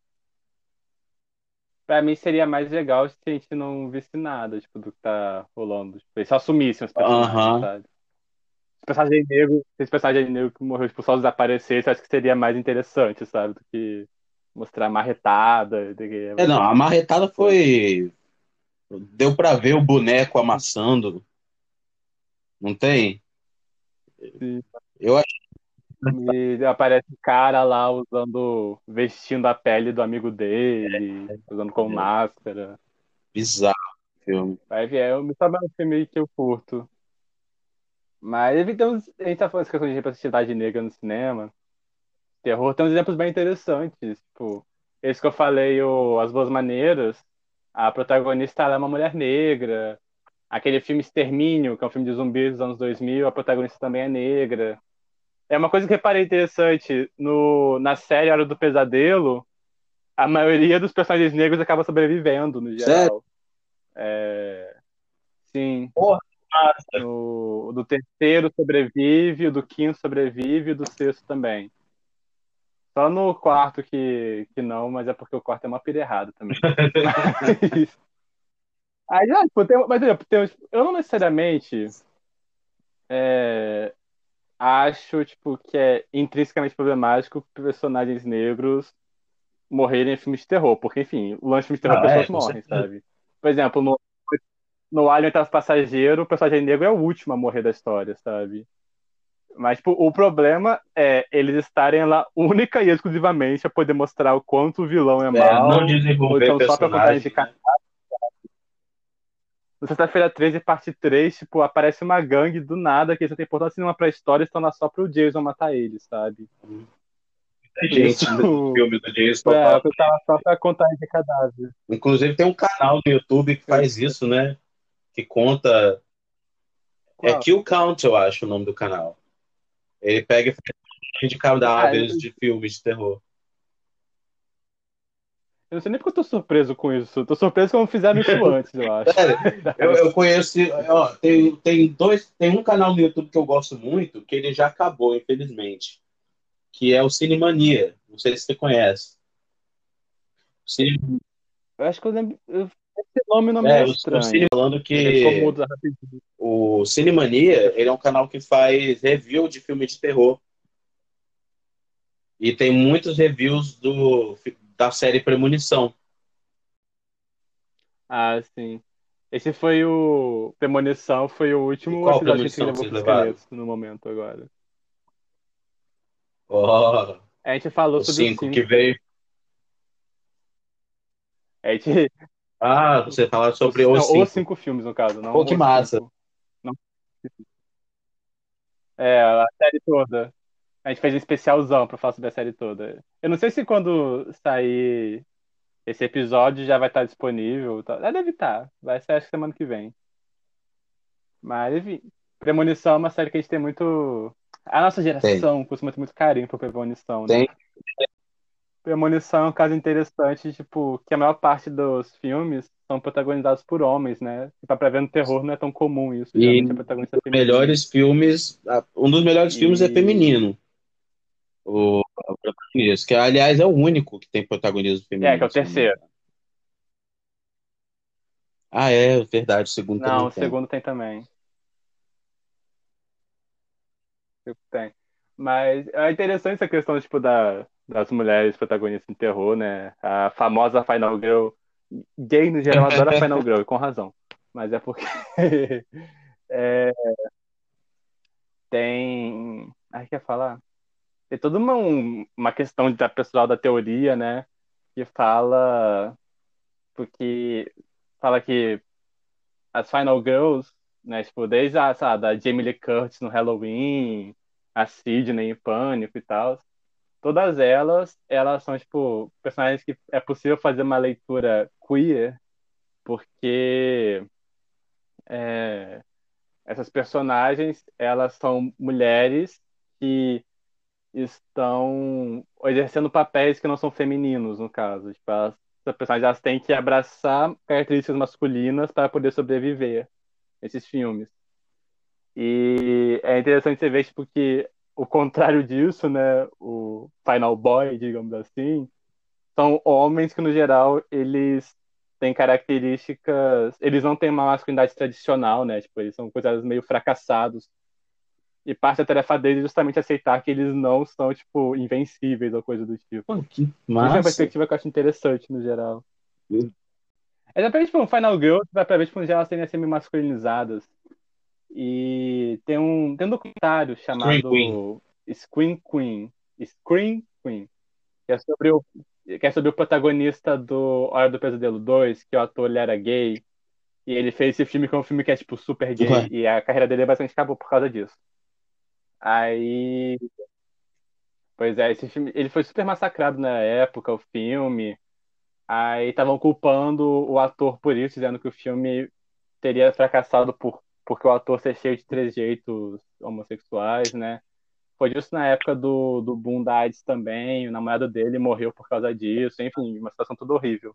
pra mim seria mais legal se a gente não visse nada, tipo, do que tá rolando. Tipo, eles só assumissem os personagens, Aham. sabe? Esse personagem negro que morreu, tipo, só desaparecesse, acho que seria mais interessante, sabe? Do que mostrar marretada, do que Não, a marretada coisa. foi. Deu pra ver o boneco amassando, não tem? Sim. Eu acho E aparece o cara lá vestindo a pele do amigo dele, usando como máscara. bizarro o filme. Vai ver, me sabe um filme que eu curto. Mas a gente tá falando dessa questão de representatividade negra no cinema. Terror tem uns exemplos bem interessantes. Tipo, esse que eu falei, As Boas Maneiras, a protagonista ela é uma mulher negra. Aquele filme Extermínio, que é um filme de zumbis dos anos 2000, a protagonista também é negra. É uma coisa que eu reparei interessante. Na série Hora do Pesadelo, a maioria dos personagens negros acaba sobrevivendo, no Sério? geral. Sim. Porra, Do terceiro sobrevive, o do quinto sobrevive, e o do sexto também. Só no quarto que não, mas é porque o quarto é uma pira errada também. Mas, aí, tipo, mas, por exemplo, eu não necessariamente acho, tipo, que é intrinsecamente problemático personagens negros morrerem em filmes de terror, porque, enfim, o lance de filme de terror, Não, pessoas com morrem, certeza. sabe? Por exemplo, no Alien Oitavo Passageiro, o personagem negro é o último a morrer da história, sabe? Mas, tipo, o problema é eles estarem lá única e exclusivamente a poder mostrar o quanto o vilão é É, não mal, ou desenvolver então só pra contar de personagem, cara. né? No Sexta-feira 13, parte 3, tipo, aparece uma gangue do nada que eles não tem importância nenhuma pra história e estão lá só pro Jason matar eles, sabe? A Tipo, isso gente no filme do Jason pra, Total. eu tava só pra contar de cadáver. Inclusive tem um canal no YouTube que faz isso, né? Que conta. É Qual? Kill Count, eu acho o nome do canal. Ele pega e faz de Ah, cadáveres de filmes de terror. eu não sei nem porque eu tô surpreso com isso. Eu tô surpreso que não fizeram isso antes, eu acho. Sério, eu conheço. Ó, tem um canal no YouTube que eu gosto muito, que ele já acabou, infelizmente, que é o Cinemania. Não sei se você conhece. Cine- Eu acho que eu lembro. Esse nome não me é o Cine estranho. falando Mas aí ficou que mudo rapidinho. o Cinemania, ele é um canal que faz review de filme de terror. E tem muitos reviews da série Premonição. Ah, sim. Esse foi o. Premonição foi o E último qual episódio que a gente premonição gravou vocês com levaram? esqueletos no momento agora. Oh, A gente falou o sobre os 5 que cinco. veio. A gente. Ah, você fala sobre os Não, os 5. cinco filmes, no caso, Pô, não que os massa. cinco. Não. É, a série toda. A gente fez um especialzão pra falar sobre a série toda. Eu não sei se quando sair esse episódio já vai estar disponível. Tá? Ah, deve estar. Vai ser acho que semana que vem. Mas, enfim. Premonição é uma série que a gente tem muito. A nossa Tem. geração costuma ter muito carinho por Premonição, né? Tem. Premonição é um caso interessante, tipo, que a maior parte dos filmes são protagonizados por homens, né? E pra ver no terror não é tão comum isso, E geralmente é protagonista dos feminino. melhores filmes, um dos melhores filmes é E. feminino. O protagonista, que aliás é o único que tem protagonismo Que é feminino, o se não me terceiro. engano. Ah, é verdade, o segundo Não, também o tem. segundo tem também. Tem. Mas é interessante essa questão, tipo, das mulheres protagonistas em terror, né? A famosa Final Girl. Gay, no geral, adora Final Girl, e com razão. Mas é porque é, tem. Ai, quer falar? Tem toda uma questão da pessoal da teoria, né? Que fala. Porque fala que as Final Girls, né? Tipo, desde a, sabe, da Jamie Lee Curtis no Halloween, a Sidney em Pânico e tal. Todas elas são, tipo, personagens que é possível fazer uma leitura queer, porque é, essas personagens, elas são mulheres que estão exercendo papéis que não são femininos, no caso. Tipo, essas personagens elas têm que abraçar características masculinas para poder sobreviver nesses filmes. E é interessante você ver, tipo, que o contrário disso, né, o Final Boy, digamos assim, são homens que, no geral, eles têm características. Eles não têm uma masculinidade tradicional, né? Tipo, eles são considerados meio fracassados. E parte da tarefa deles é justamente aceitar que eles não são, tipo, invencíveis ou coisa do tipo. Pô, que Isso é uma massa. perspectiva que eu acho interessante, no geral. É exatamente, tipo, um Final Girl, vai pra ver, tipo, no geral, elas tendem a ser meio masculinizadas. E tem um documentário Scream Queen. chamado Scream Queen. Scream Queen. Que é sobre o protagonista do Hora do Pesadelo 2, que o ator ele era gay, e ele fez esse filme que é um filme que é, tipo, super Ué, gay, e a carreira dele basicamente acabou por causa disso. Aí, pois é, esse filme, ele foi super massacrado na época, o filme, aí estavam culpando o ator por isso, dizendo que o filme teria fracassado porque o ator ser cheio de trejeitos homossexuais, né? Foi justo na época do boom da AIDS também, o namorado dele morreu por causa disso, enfim, uma situação toda horrível.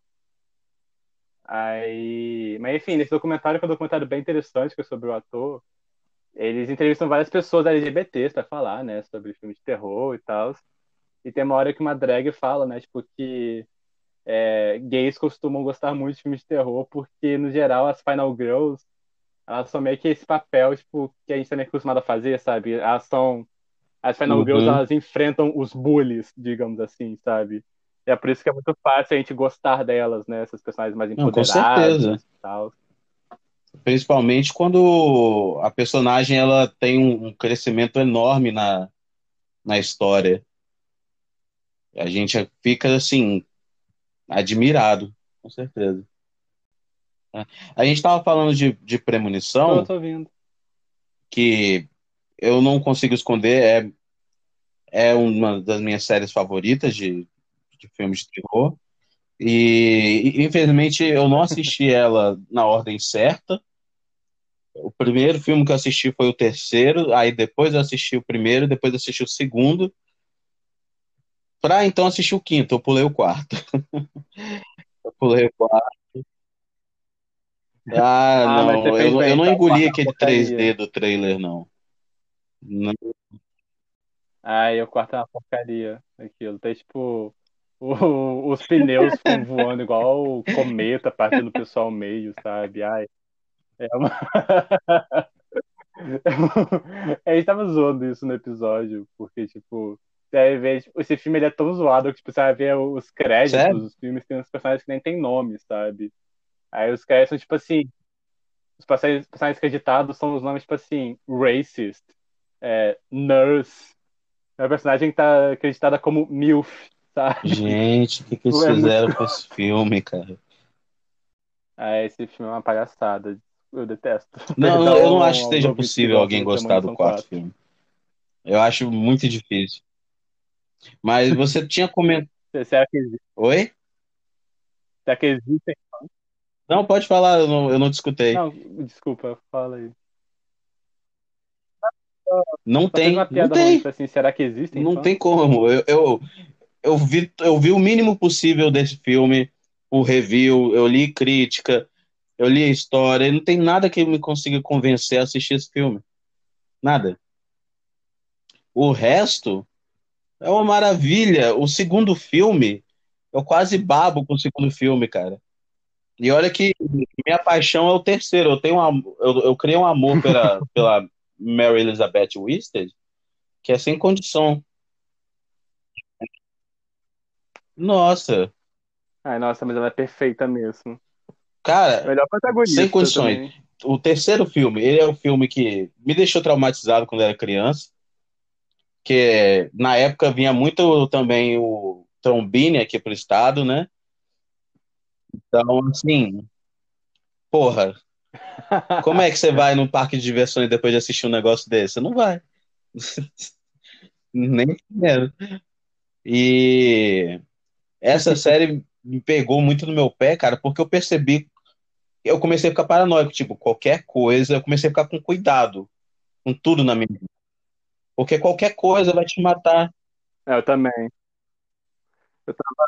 Aí, mas enfim, nesse documentário, que é um documentário bem interessante, que é sobre o ator, eles entrevistam várias pessoas LGBTs para falar, né, sobre filmes de terror e tal. E tem uma hora que uma drag fala, né, tipo, que gays costumam gostar muito de filmes de terror porque, no geral, as Final Girls, elas são meio que esse papel, tipo, que a gente também é acostumado a fazer, sabe? Elas são as Final Girls, Uhum. elas enfrentam os bullies, digamos assim, sabe? E é por isso que é muito fácil a gente gostar delas, né? Essas personagens mais Não, com certeza. empoderadas e tal. Principalmente quando a personagem ela tem um crescimento enorme na história. A gente fica assim, admirado, com certeza. A gente estava falando de Tô, premonição, tô ouvindo. que eu não consigo esconder, é uma das minhas séries favoritas de filmes de terror. Infelizmente eu não assisti ela na ordem certa. O primeiro filme que eu assisti foi o terceiro, aí depois eu assisti o primeiro, depois eu assisti o segundo, pra então assistir o quinto, eu pulei o quarto. Eu pulei o quarto. Ah, Ah, mas você não, fez eu bem, não tá? O engoli quarto é uma aquele porcaria. 3D do trailer, não. Não. Ai, o quarto é uma porcaria. Aquilo. Tem tipo. Os pneus ficam voando igual o cometa partindo o pessoal ao meio, sabe? Ai, é uma. A gente tava zoando isso no episódio, porque, tipo, você vai ver, tipo, esse filme ele é tão zoado que tipo, você vai ver os créditos Sério? dos filmes, tem uns personagens que nem tem nome, sabe? Aí os créditos são, tipo assim, os personagens creditados são os nomes, tipo assim, racist, nurse. É a personagem que tá acreditada como MILF, sabe? Gente, o que que eles É muito. fizeram com esse filme, cara? Esse filme é uma palhaçada. Eu detesto. Não, eu não acho Perdão que aos seja ouvintes que possível gostam alguém de gostar do Premonição quarto 4. filme. Eu acho muito difícil. Mas você tinha comentado. Será que, Oi? será que existem? Não, pode falar, eu não te escutei. Não, desculpa, fala aí. Não Só fez uma tem, não piada ruim, tem, tipo assim, será que existem não fãs? tem como. Eu vi o mínimo possível desse filme, o review, eu li crítica, eu li a história, e não tem nada que me consiga convencer a assistir esse filme. Nada. O resto é uma maravilha. O segundo filme, eu quase babo com o segundo filme, cara. E olha que minha paixão é o terceiro. Eu criei um amor pela Mary Elizabeth Winstead, que é sem condição. Nossa, Ai, nossa, mas ela é perfeita mesmo. cara, Melhor sem protagonista condições. também. O terceiro filme, ele é o filme que me deixou traumatizado quando eu era criança, que na época vinha muito também o Trombini aqui pro estado, né? Então, assim, porra, como é que você vai num parque de diversões depois de assistir um negócio desse? Você não vai. Nem quero. E essa série me pegou muito no meu pé, cara, porque eu percebi, eu comecei a ficar paranoico, tipo, qualquer coisa, eu comecei a ficar com cuidado com tudo na minha vida. Porque qualquer coisa vai te matar. Eu também. Eu tava,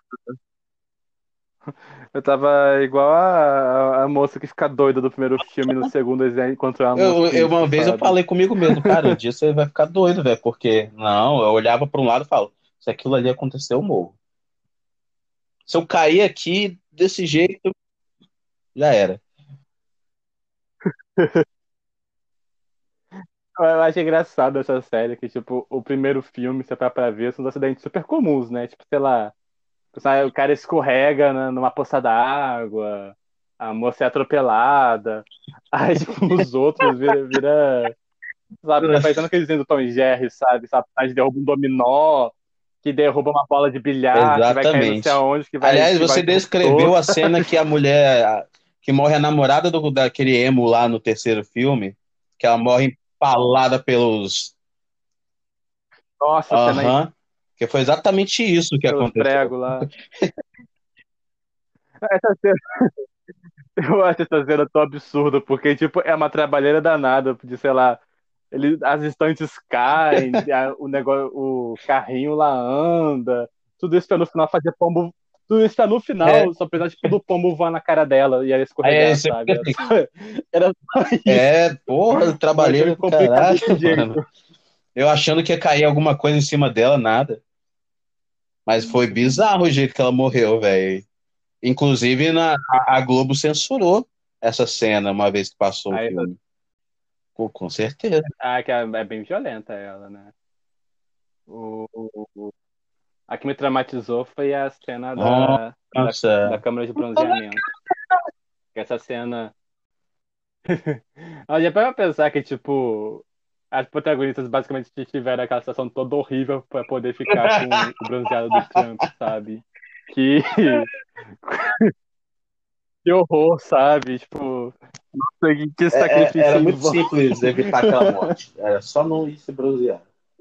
eu tava igual a moça que fica doida do primeiro filme, no segundo eles encontram ela no Uma hospício, vez eu sabe? falei comigo mesmo, cara, um dia você vai ficar doido, velho, porque não, eu olhava para um lado e falo, se aquilo ali aconteceu, eu morro. Se eu cair aqui desse jeito, já era. Eu acho engraçado essa série, que, tipo, o primeiro filme, você vai pra ver, são uns acidentes super comuns, né? Tipo, sei lá, o cara escorrega numa poça d'água, a moça é atropelada. Aí, tipo, nos outros sabe, fica parecendo aqueles desenhos do Tom e Jerry, sabe? Sabe? Aí derruba um dominó, que derruba uma bola de bilhar, que vai cair não sei Exatamente. aonde, Aliás, que vai você pro descreveu esgoto. a cena que a mulher, que morre a namorada daquele emo lá no terceiro filme, que ela morre empalada pelos. Nossa, cena aí, Aham. Que foi exatamente isso que pelos aconteceu. pregos lá. Essa cena, eu acho essa cena tão absurda, porque, tipo, é uma trabalheira danada de, sei lá, as estantes caem, o negócio, o carrinho lá anda, tudo isso pra no final fazer pombo. Tudo isso pra no É, final, só precisar tipo, do pombo voar na cara dela e ela aí escorregar, você sabe? fica assim, Era só isso. porra, Não é trabalheira tão do complicado caralho, desse mano. jeito. Eu achando que ia cair alguma coisa em cima dela, nada. Mas foi bizarro o jeito que ela morreu, velho. Inclusive, a Globo censurou essa cena uma vez que passou o Aí, filme. Com certeza. que é bem violenta ela, né? O, o- a que me traumatizou foi a cena da Nossa. câmera de bronzeamento. Essa cena. Ela já para pensar que, tipo, as protagonistas basicamente tiveram aquela situação toda horrível pra poder ficar com o bronzeado do Trump, sabe? Que, que horror, sabe? Tipo, nossa, que Era sacrifício em muito vão. simples evitar aquela morte. Era só não ir se bronzear.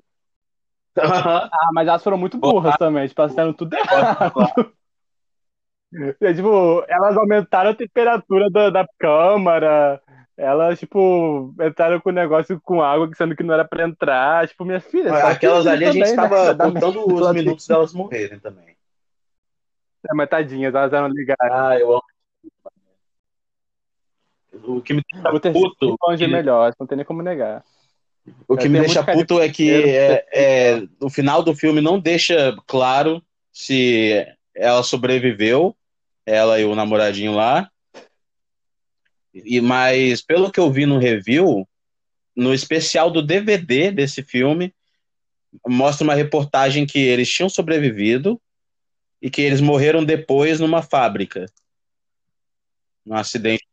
Ah, mas elas foram muito burras também, tipo, elas fizeram tudo errado. É, tipo, elas aumentaram a temperatura da câmara. Elas, tipo, entraram com o negócio com água, sendo que não era pra entrar. Tipo, minha filha, só Aquelas que ali a gente também, né? estava Vai dar contando merda os lá dentro. minutos delas morrerem também. É, mas tadinhas, elas eram ligadas. Ah, eu amo. O que me deixa O terceiro de puto, longe é melhor, não tem nem como negar. o Eu que me tenho deixa muito carinho puto pelo é terceiro, que porque o terceiro é melhor. o final do filme não deixa claro se ela sobreviveu, ela e o namoradinho lá. Mas pelo que eu vi no review, no especial do DVD desse filme, mostra uma reportagem que eles tinham sobrevivido e que eles morreram depois numa fábrica, num acidente.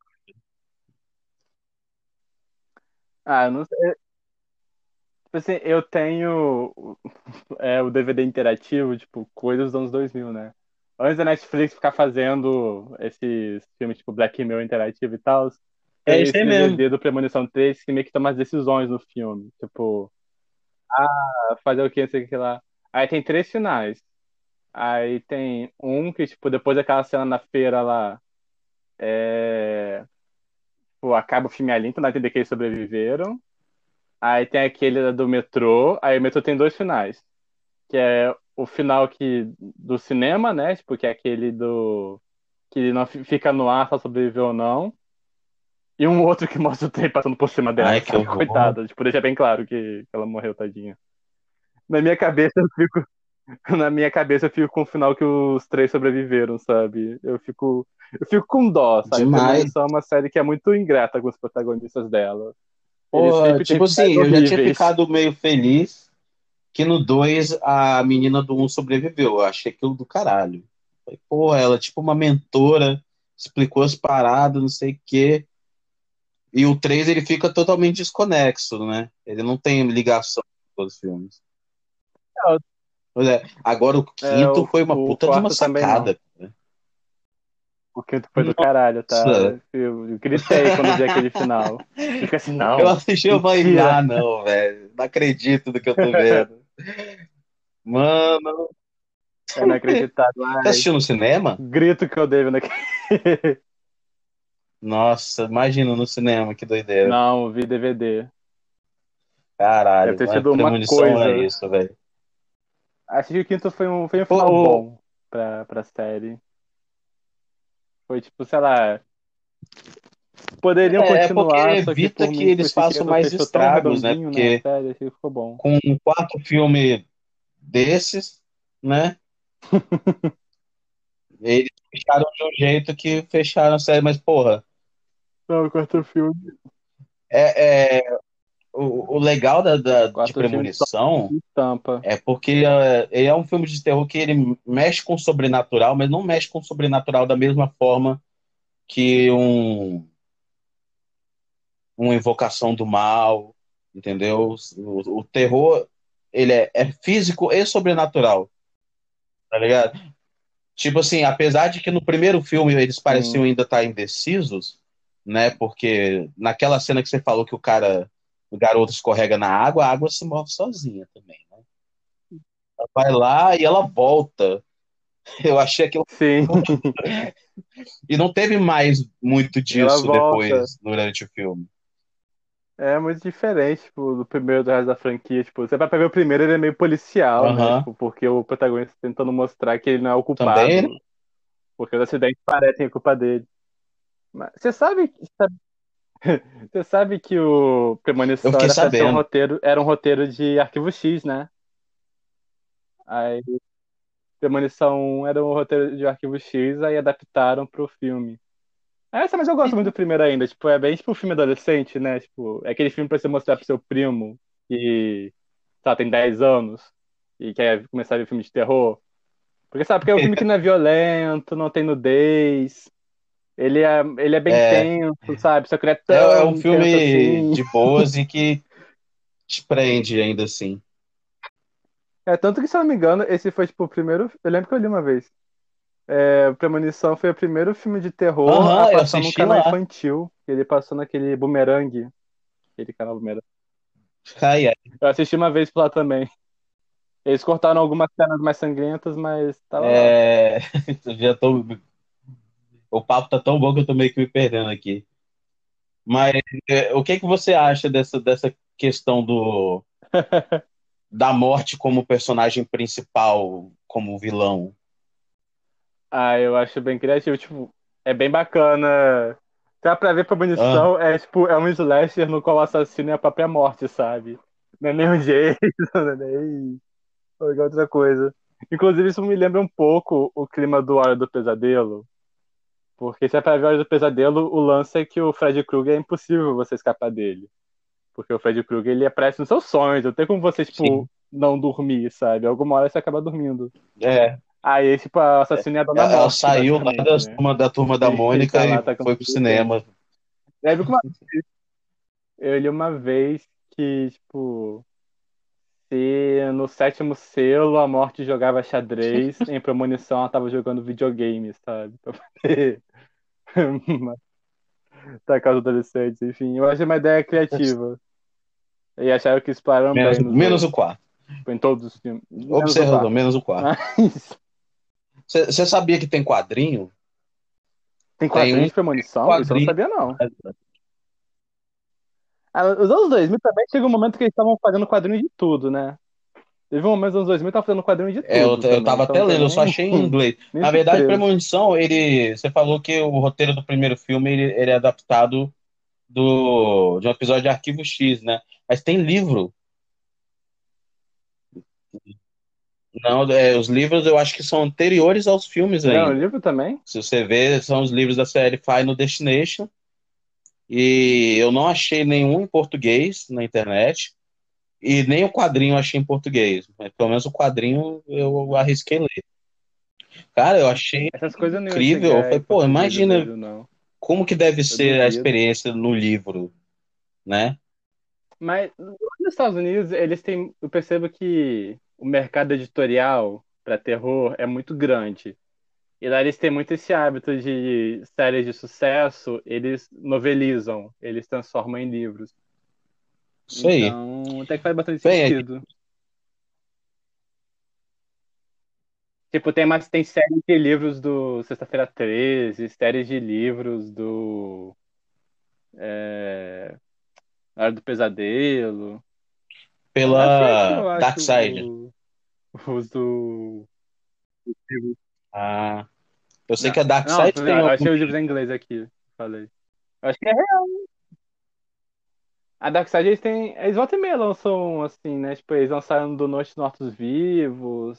Ah, eu não sei. Tipo assim, eu tenho o DVD interativo, tipo, coisas dos anos 2000, né? Antes da Netflix ficar fazendo esses filmes tipo Black Mirror interativo e tal, É tem isso esse aí mesmo. DVD do Premonição 3 que meio que toma as decisões no filme. Tipo, fazer o que, não sei o que lá. Aí tem três finais. Aí tem um que, tipo, depois daquela cena na feira lá, pô, acaba o filme ali, então dá a entender que eles sobreviveram. Aí tem aquele do metrô. Aí o metrô tem dois finais. Que é o final do cinema, né? Tipo, que é aquele do. Que não fica no ar se ela sobreviveu ou não. E um outro que mostra o trem passando por cima Ai, dela, que sabe? horror. Coitada. Tipo, deixa bem claro que ela morreu, tadinha. Na minha cabeça eu fico. Na minha cabeça eu fico com o final que os três sobreviveram, sabe? Eu fico com dó, sabe? Demais. Premonição é uma série que é muito ingrata com os protagonistas dela. Eles Pô, sempre têm tipo finais assim, eu já tinha horríveis. ficado meio feliz que no 2 a menina do um sobreviveu. Eu achei aquilo do caralho. Falei, pô, ela é tipo uma mentora, explicou as paradas, não sei o quê. E o 3 ele fica totalmente desconexo, né? Ele não tem ligação com os filmes. Pois é, agora o É, quinto foi uma o puta de uma quarto também não. sacada. O quinto foi do caralho, tá? Nossa, Eu gritei quando vi aquele final. Eu fiquei assim, eu não, assisti e falei, mentira. ah, não, velho, não acredito no que eu tô vendo. Mano, É inacreditável. você Ai, assistiu no cinema? grito que eu dei naquele. Nossa, imagina no cinema, que doideira. Não, vi DVD. Deve Caralho, ter mas sido uma premonição é coisa. isso, velho. Acho que o quinto foi um Pô, final bom pra série. Foi tipo, sei lá, poderiam porque continuar, só que evita por que mim, tipo, eles esse façam quinto mais fechou tão estragos, né? redondinho, né, a Porque série, achei que ficou bom. com um quarto filme desses, né? Eles fecharam de um jeito que fecharam a série, mas, porra, Não, o quarto filme. é, o legal de Quarto filme só Premonição estampa. é porque ele é um filme de terror que ele mexe com o sobrenatural, mas não mexe com o sobrenatural da mesma forma que uma invocação do mal, entendeu? O terror, ele é físico e sobrenatural, tá ligado? Tipo assim, apesar de que no primeiro filme eles pareciam Sim. ainda estar indecisos, né? Porque naquela cena que você falou que o garoto escorrega na água, a água se move sozinha também, né? Ela vai lá e ela volta. Eu achei aquilo. Sim. E não teve mais muito Ela disso volta. depois, durante o filme. É muito diferente, tipo, do primeiro do resto da franquia. Tipo, você vai pra ver o primeiro, ele é meio policial, né? Aham. Tipo, porque o protagonista tá tentando mostrar que ele não é o Também, né? culpado. Porque os acidentes parecem a culpa dele. Mas você sabe que o Eu Premonição fiquei era pra ser sabendo. era um roteiro de Arquivo X, né? Aí Premonição 1 era um roteiro de Arquivo X, aí adaptaram pro filme. Essa, mas eu gosto muito do primeiro ainda. Tipo, é bem tipo um filme adolescente, né? Tipo, é aquele filme pra você mostrar pro seu primo que tá, tem 10 anos e quer começar a ver filme de terror. Porque é um filme que não é violento, não tem nudez. Ele é bem É, tenso, sabe? Só que ele é é um tão intenso filme assim. de boas e que te prende ainda assim. É, tanto que, se eu não me engano, esse foi, tipo, o primeiro. Eu lembro que eu li uma vez. É, Premonição foi o primeiro filme de terror a Aham, eu passar num assisti canal lá. infantil. Ele passou naquele Boomerang, aquele canal Boomerang. Ai, ai. Eu assisti uma vez por lá também. Eles cortaram algumas cenas mais sangrentas, mas tava lá. É, já tô, o papo tá tão bom que eu tô meio que me perdendo aqui. Mas o que que você acha dessa questão da morte como personagem principal, como vilão? Ah, eu acho bem criativo, tipo, é bem bacana. Dá pra ver Ah, Premonição, é tipo, é um slasher no qual o assassino é a própria morte, sabe? Não é nem o Jason, não é nem qualquer outra coisa. Inclusive, isso me lembra um pouco o clima do Hora do Pesadelo. Porque se é pra ver Hora do Pesadelo, o lance é que o Fred Krueger é impossível você escapar dele. Porque o Fred Krueger, ele aparece nos seus sonhos. Não tem como você, tipo, sim. não dormir, sabe? Alguma hora você acaba dormindo. É, Aí, tipo, a assassina é a Dona ela Morte, saiu lá basicamente, né? da turma da E Mônica tá lá e atacando foi pro todo mundo. cinema. Lembro que eu li uma vez que, tipo, se no sétimo selo a morte jogava xadrez, em Premonição ela tava jogando videogame, sabe? Pra poder atacar os adolescentes, enfim. Eu achei uma ideia criativa. E acharam que exploraram Menos, bem nos menos o outros. quarto. Tipo, em todos os filmes. Menos o Observador, quarto. menos o quarto. Mas Você sabia que tem quadrinho? tem Tem quadrinho um de Premonição? Isso eu não quadrinho. sabia, não. Ah, os anos 2000 também chega um momento que eles estavam fazendo quadrinho de tudo, né? Teve um momento nos anos 2000 que tava fazendo quadrinho de É, tudo eu também, tava então até não tem lendo, eu só nem, achei em inglês. nem Na verdade, surpresa. Premonição, você falou que o roteiro do primeiro filme ele é adaptado de um episódio de Arquivo X, né? Mas tem livro. Não, os livros eu acho que são anteriores aos filmes Leram o ainda. livro também? Se você ver, são os livros da série Final Destination. E eu não achei nenhum em português na internet. E nem o quadrinho eu achei em português. Mas pelo menos o quadrinho eu arrisquei ler. Cara, eu achei Essas coisas não iam incrível. Eu chegar em falei, pô, português do imagina Brasil, não. como que deve Eu ser a duvido. experiência no livro, né? Mas nos Estados Unidos, eles têm. Eu percebo que o mercado editorial para terror é muito grande. E lá eles têm muito esse hábito de séries de sucesso, eles novelizam, eles transformam em livros. Isso aí. Então, até que faz bastante Bem, sentido. Tipo, tem séries de livros do Sexta-feira 13, séries de livros do Hora do Pesadelo. Achei aqui, eu pela acho, Darkseid. os do. Ah, eu sei Não, que a não, Darkseid tem eu algum. achei os livros em inglês aqui. Falei. Eu acho que é real. A Darkseid, eles têm. Eles volta e meia lançam assim, né? Tipo, eles lançaram do Noite dos Mortos Vivos.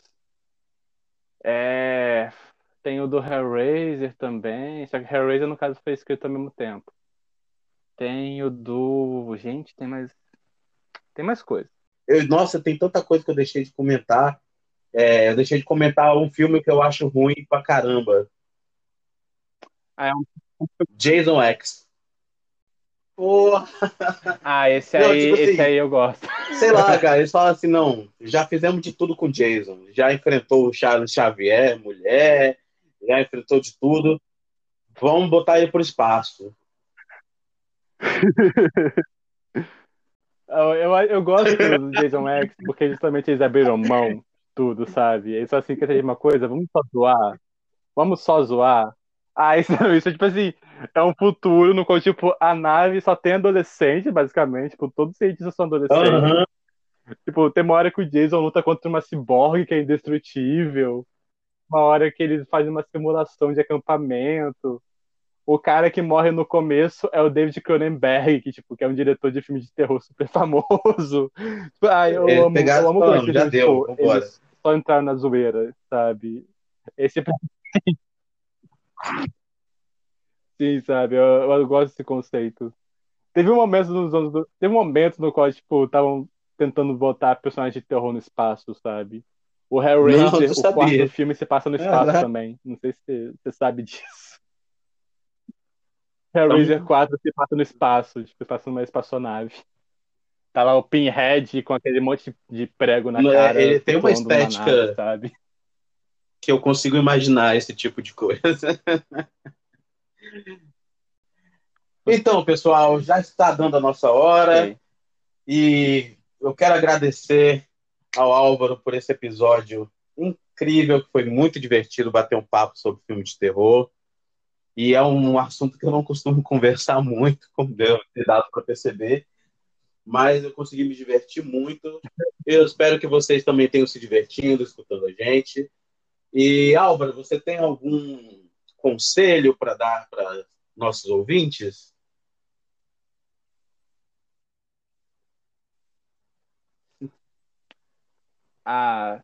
É. Tem o do Hellraiser também. Só que Hellraiser, no caso, foi escrito ao mesmo tempo. Tem o do. Gente, tem mais coisa. Nossa, tem tanta coisa que eu deixei de comentar. É, eu deixei de comentar um filme que eu acho ruim pra caramba. Ah, Jason X. Pô, não, tipo esse assim, aí eu gosto. sei lá, cara, eles falam assim, não, já fizemos de tudo com Jason. Já enfrentou o Charles Xavier, mulher, já enfrentou de tudo. Vamos botar ele pro espaço. Eu gosto do Jason X porque justamente eles abriram mão de tudo, sabe? Eles só assim, quer dizer uma coisa, vamos só zoar. Vamos só zoar. Ah, isso é tipo assim, é um futuro no qual, tipo, a nave só tem adolescente, basicamente. Tipo, todos os cientistas são adolescentes. Aham. Tipo, tem uma hora que o Jason luta contra uma ciborgue que é indestrutível. Uma hora que eles fazem uma simulação de acampamento. O cara que morre no começo é o David Cronenberg, que é um diretor de filme de terror super famoso. Ah, Eles eu pegaram e amo quando falaram, esses já filmes, deu, tipo, vambora. eles só entraram na zoeira, sabe? Esse sim, sabe? Eu gosto desse conceito. Teve um momento no qual, tipo, estavam. tentando botar personagem de terror no espaço, sabe? O Não, Hellraiser, não o quarto sabia. filme, se passa no espaço Caraca. também. Não sei se você sabe disso. Hellraiser Então, 4 se passa no espaço, tipo, se passa numa espaçonave. Tá lá o Pinhead com aquele monte de prego na cara, ele tem uma flutuando numa nave, estética sabe? que eu consigo imaginar esse tipo de coisa. Então, pessoal, já está dando a nossa hora Ok. e eu quero agradecer ao Álvaro por esse episódio incrível, que foi muito divertido bater um papo sobre filme de terror. E é um assunto que eu não costumo conversar muito, como deu ter dado para perceber, mas eu consegui me divertir muito. Eu espero que vocês também tenham se divertindo escutando a gente. E, Álvaro, você tem algum conselho para dar para nossos ouvintes? Ah,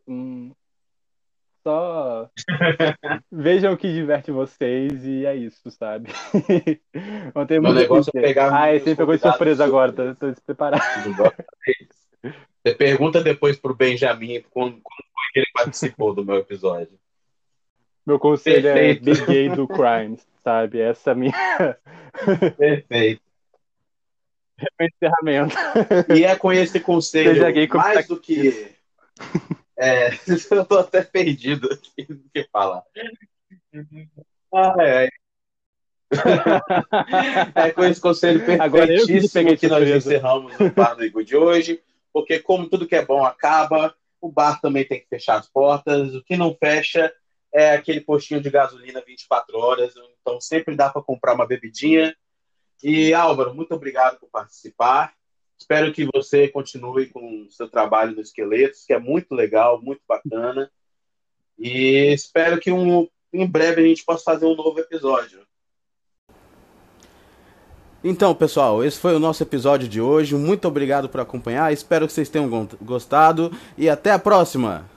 só vejam o que diverte vocês e é isso, sabe? Não tem Meu muito o que negócio é dizer. pegar Ai, meus você me pegou de convidados de surpresa agora, surpresa. tô despreparado. Não gosto deles. Você pergunta depois para o Benjamin quando foi que ele participou do meu episódio. Meu conselho é Perfeito, Big Gay do Crimes, sabe? Essa é a minha perfeito. meu encerramento. E é com esse Seja conselho, gay como tá mais do aqui. que. Eu estou até perdido aqui do que falar. Ah, é com esse conselho Agora eu que te peguei perfeitíssimo de que nós surpresa. encerramos o Bar do Igor de hoje, porque como tudo que é bom acaba, o bar também tem que fechar as portas. O que não fecha é aquele postinho de gasolina 24 horas, então sempre dá para comprar uma bebidinha. E Álvaro, muito obrigado por participar. Espero que você continue com o seu trabalho no Esqueletos, que é muito legal, muito bacana. E espero que em breve a gente possa fazer um novo episódio. Então, pessoal, esse foi o nosso episódio de hoje. Muito obrigado por acompanhar. Espero que vocês tenham gostado e até a próxima!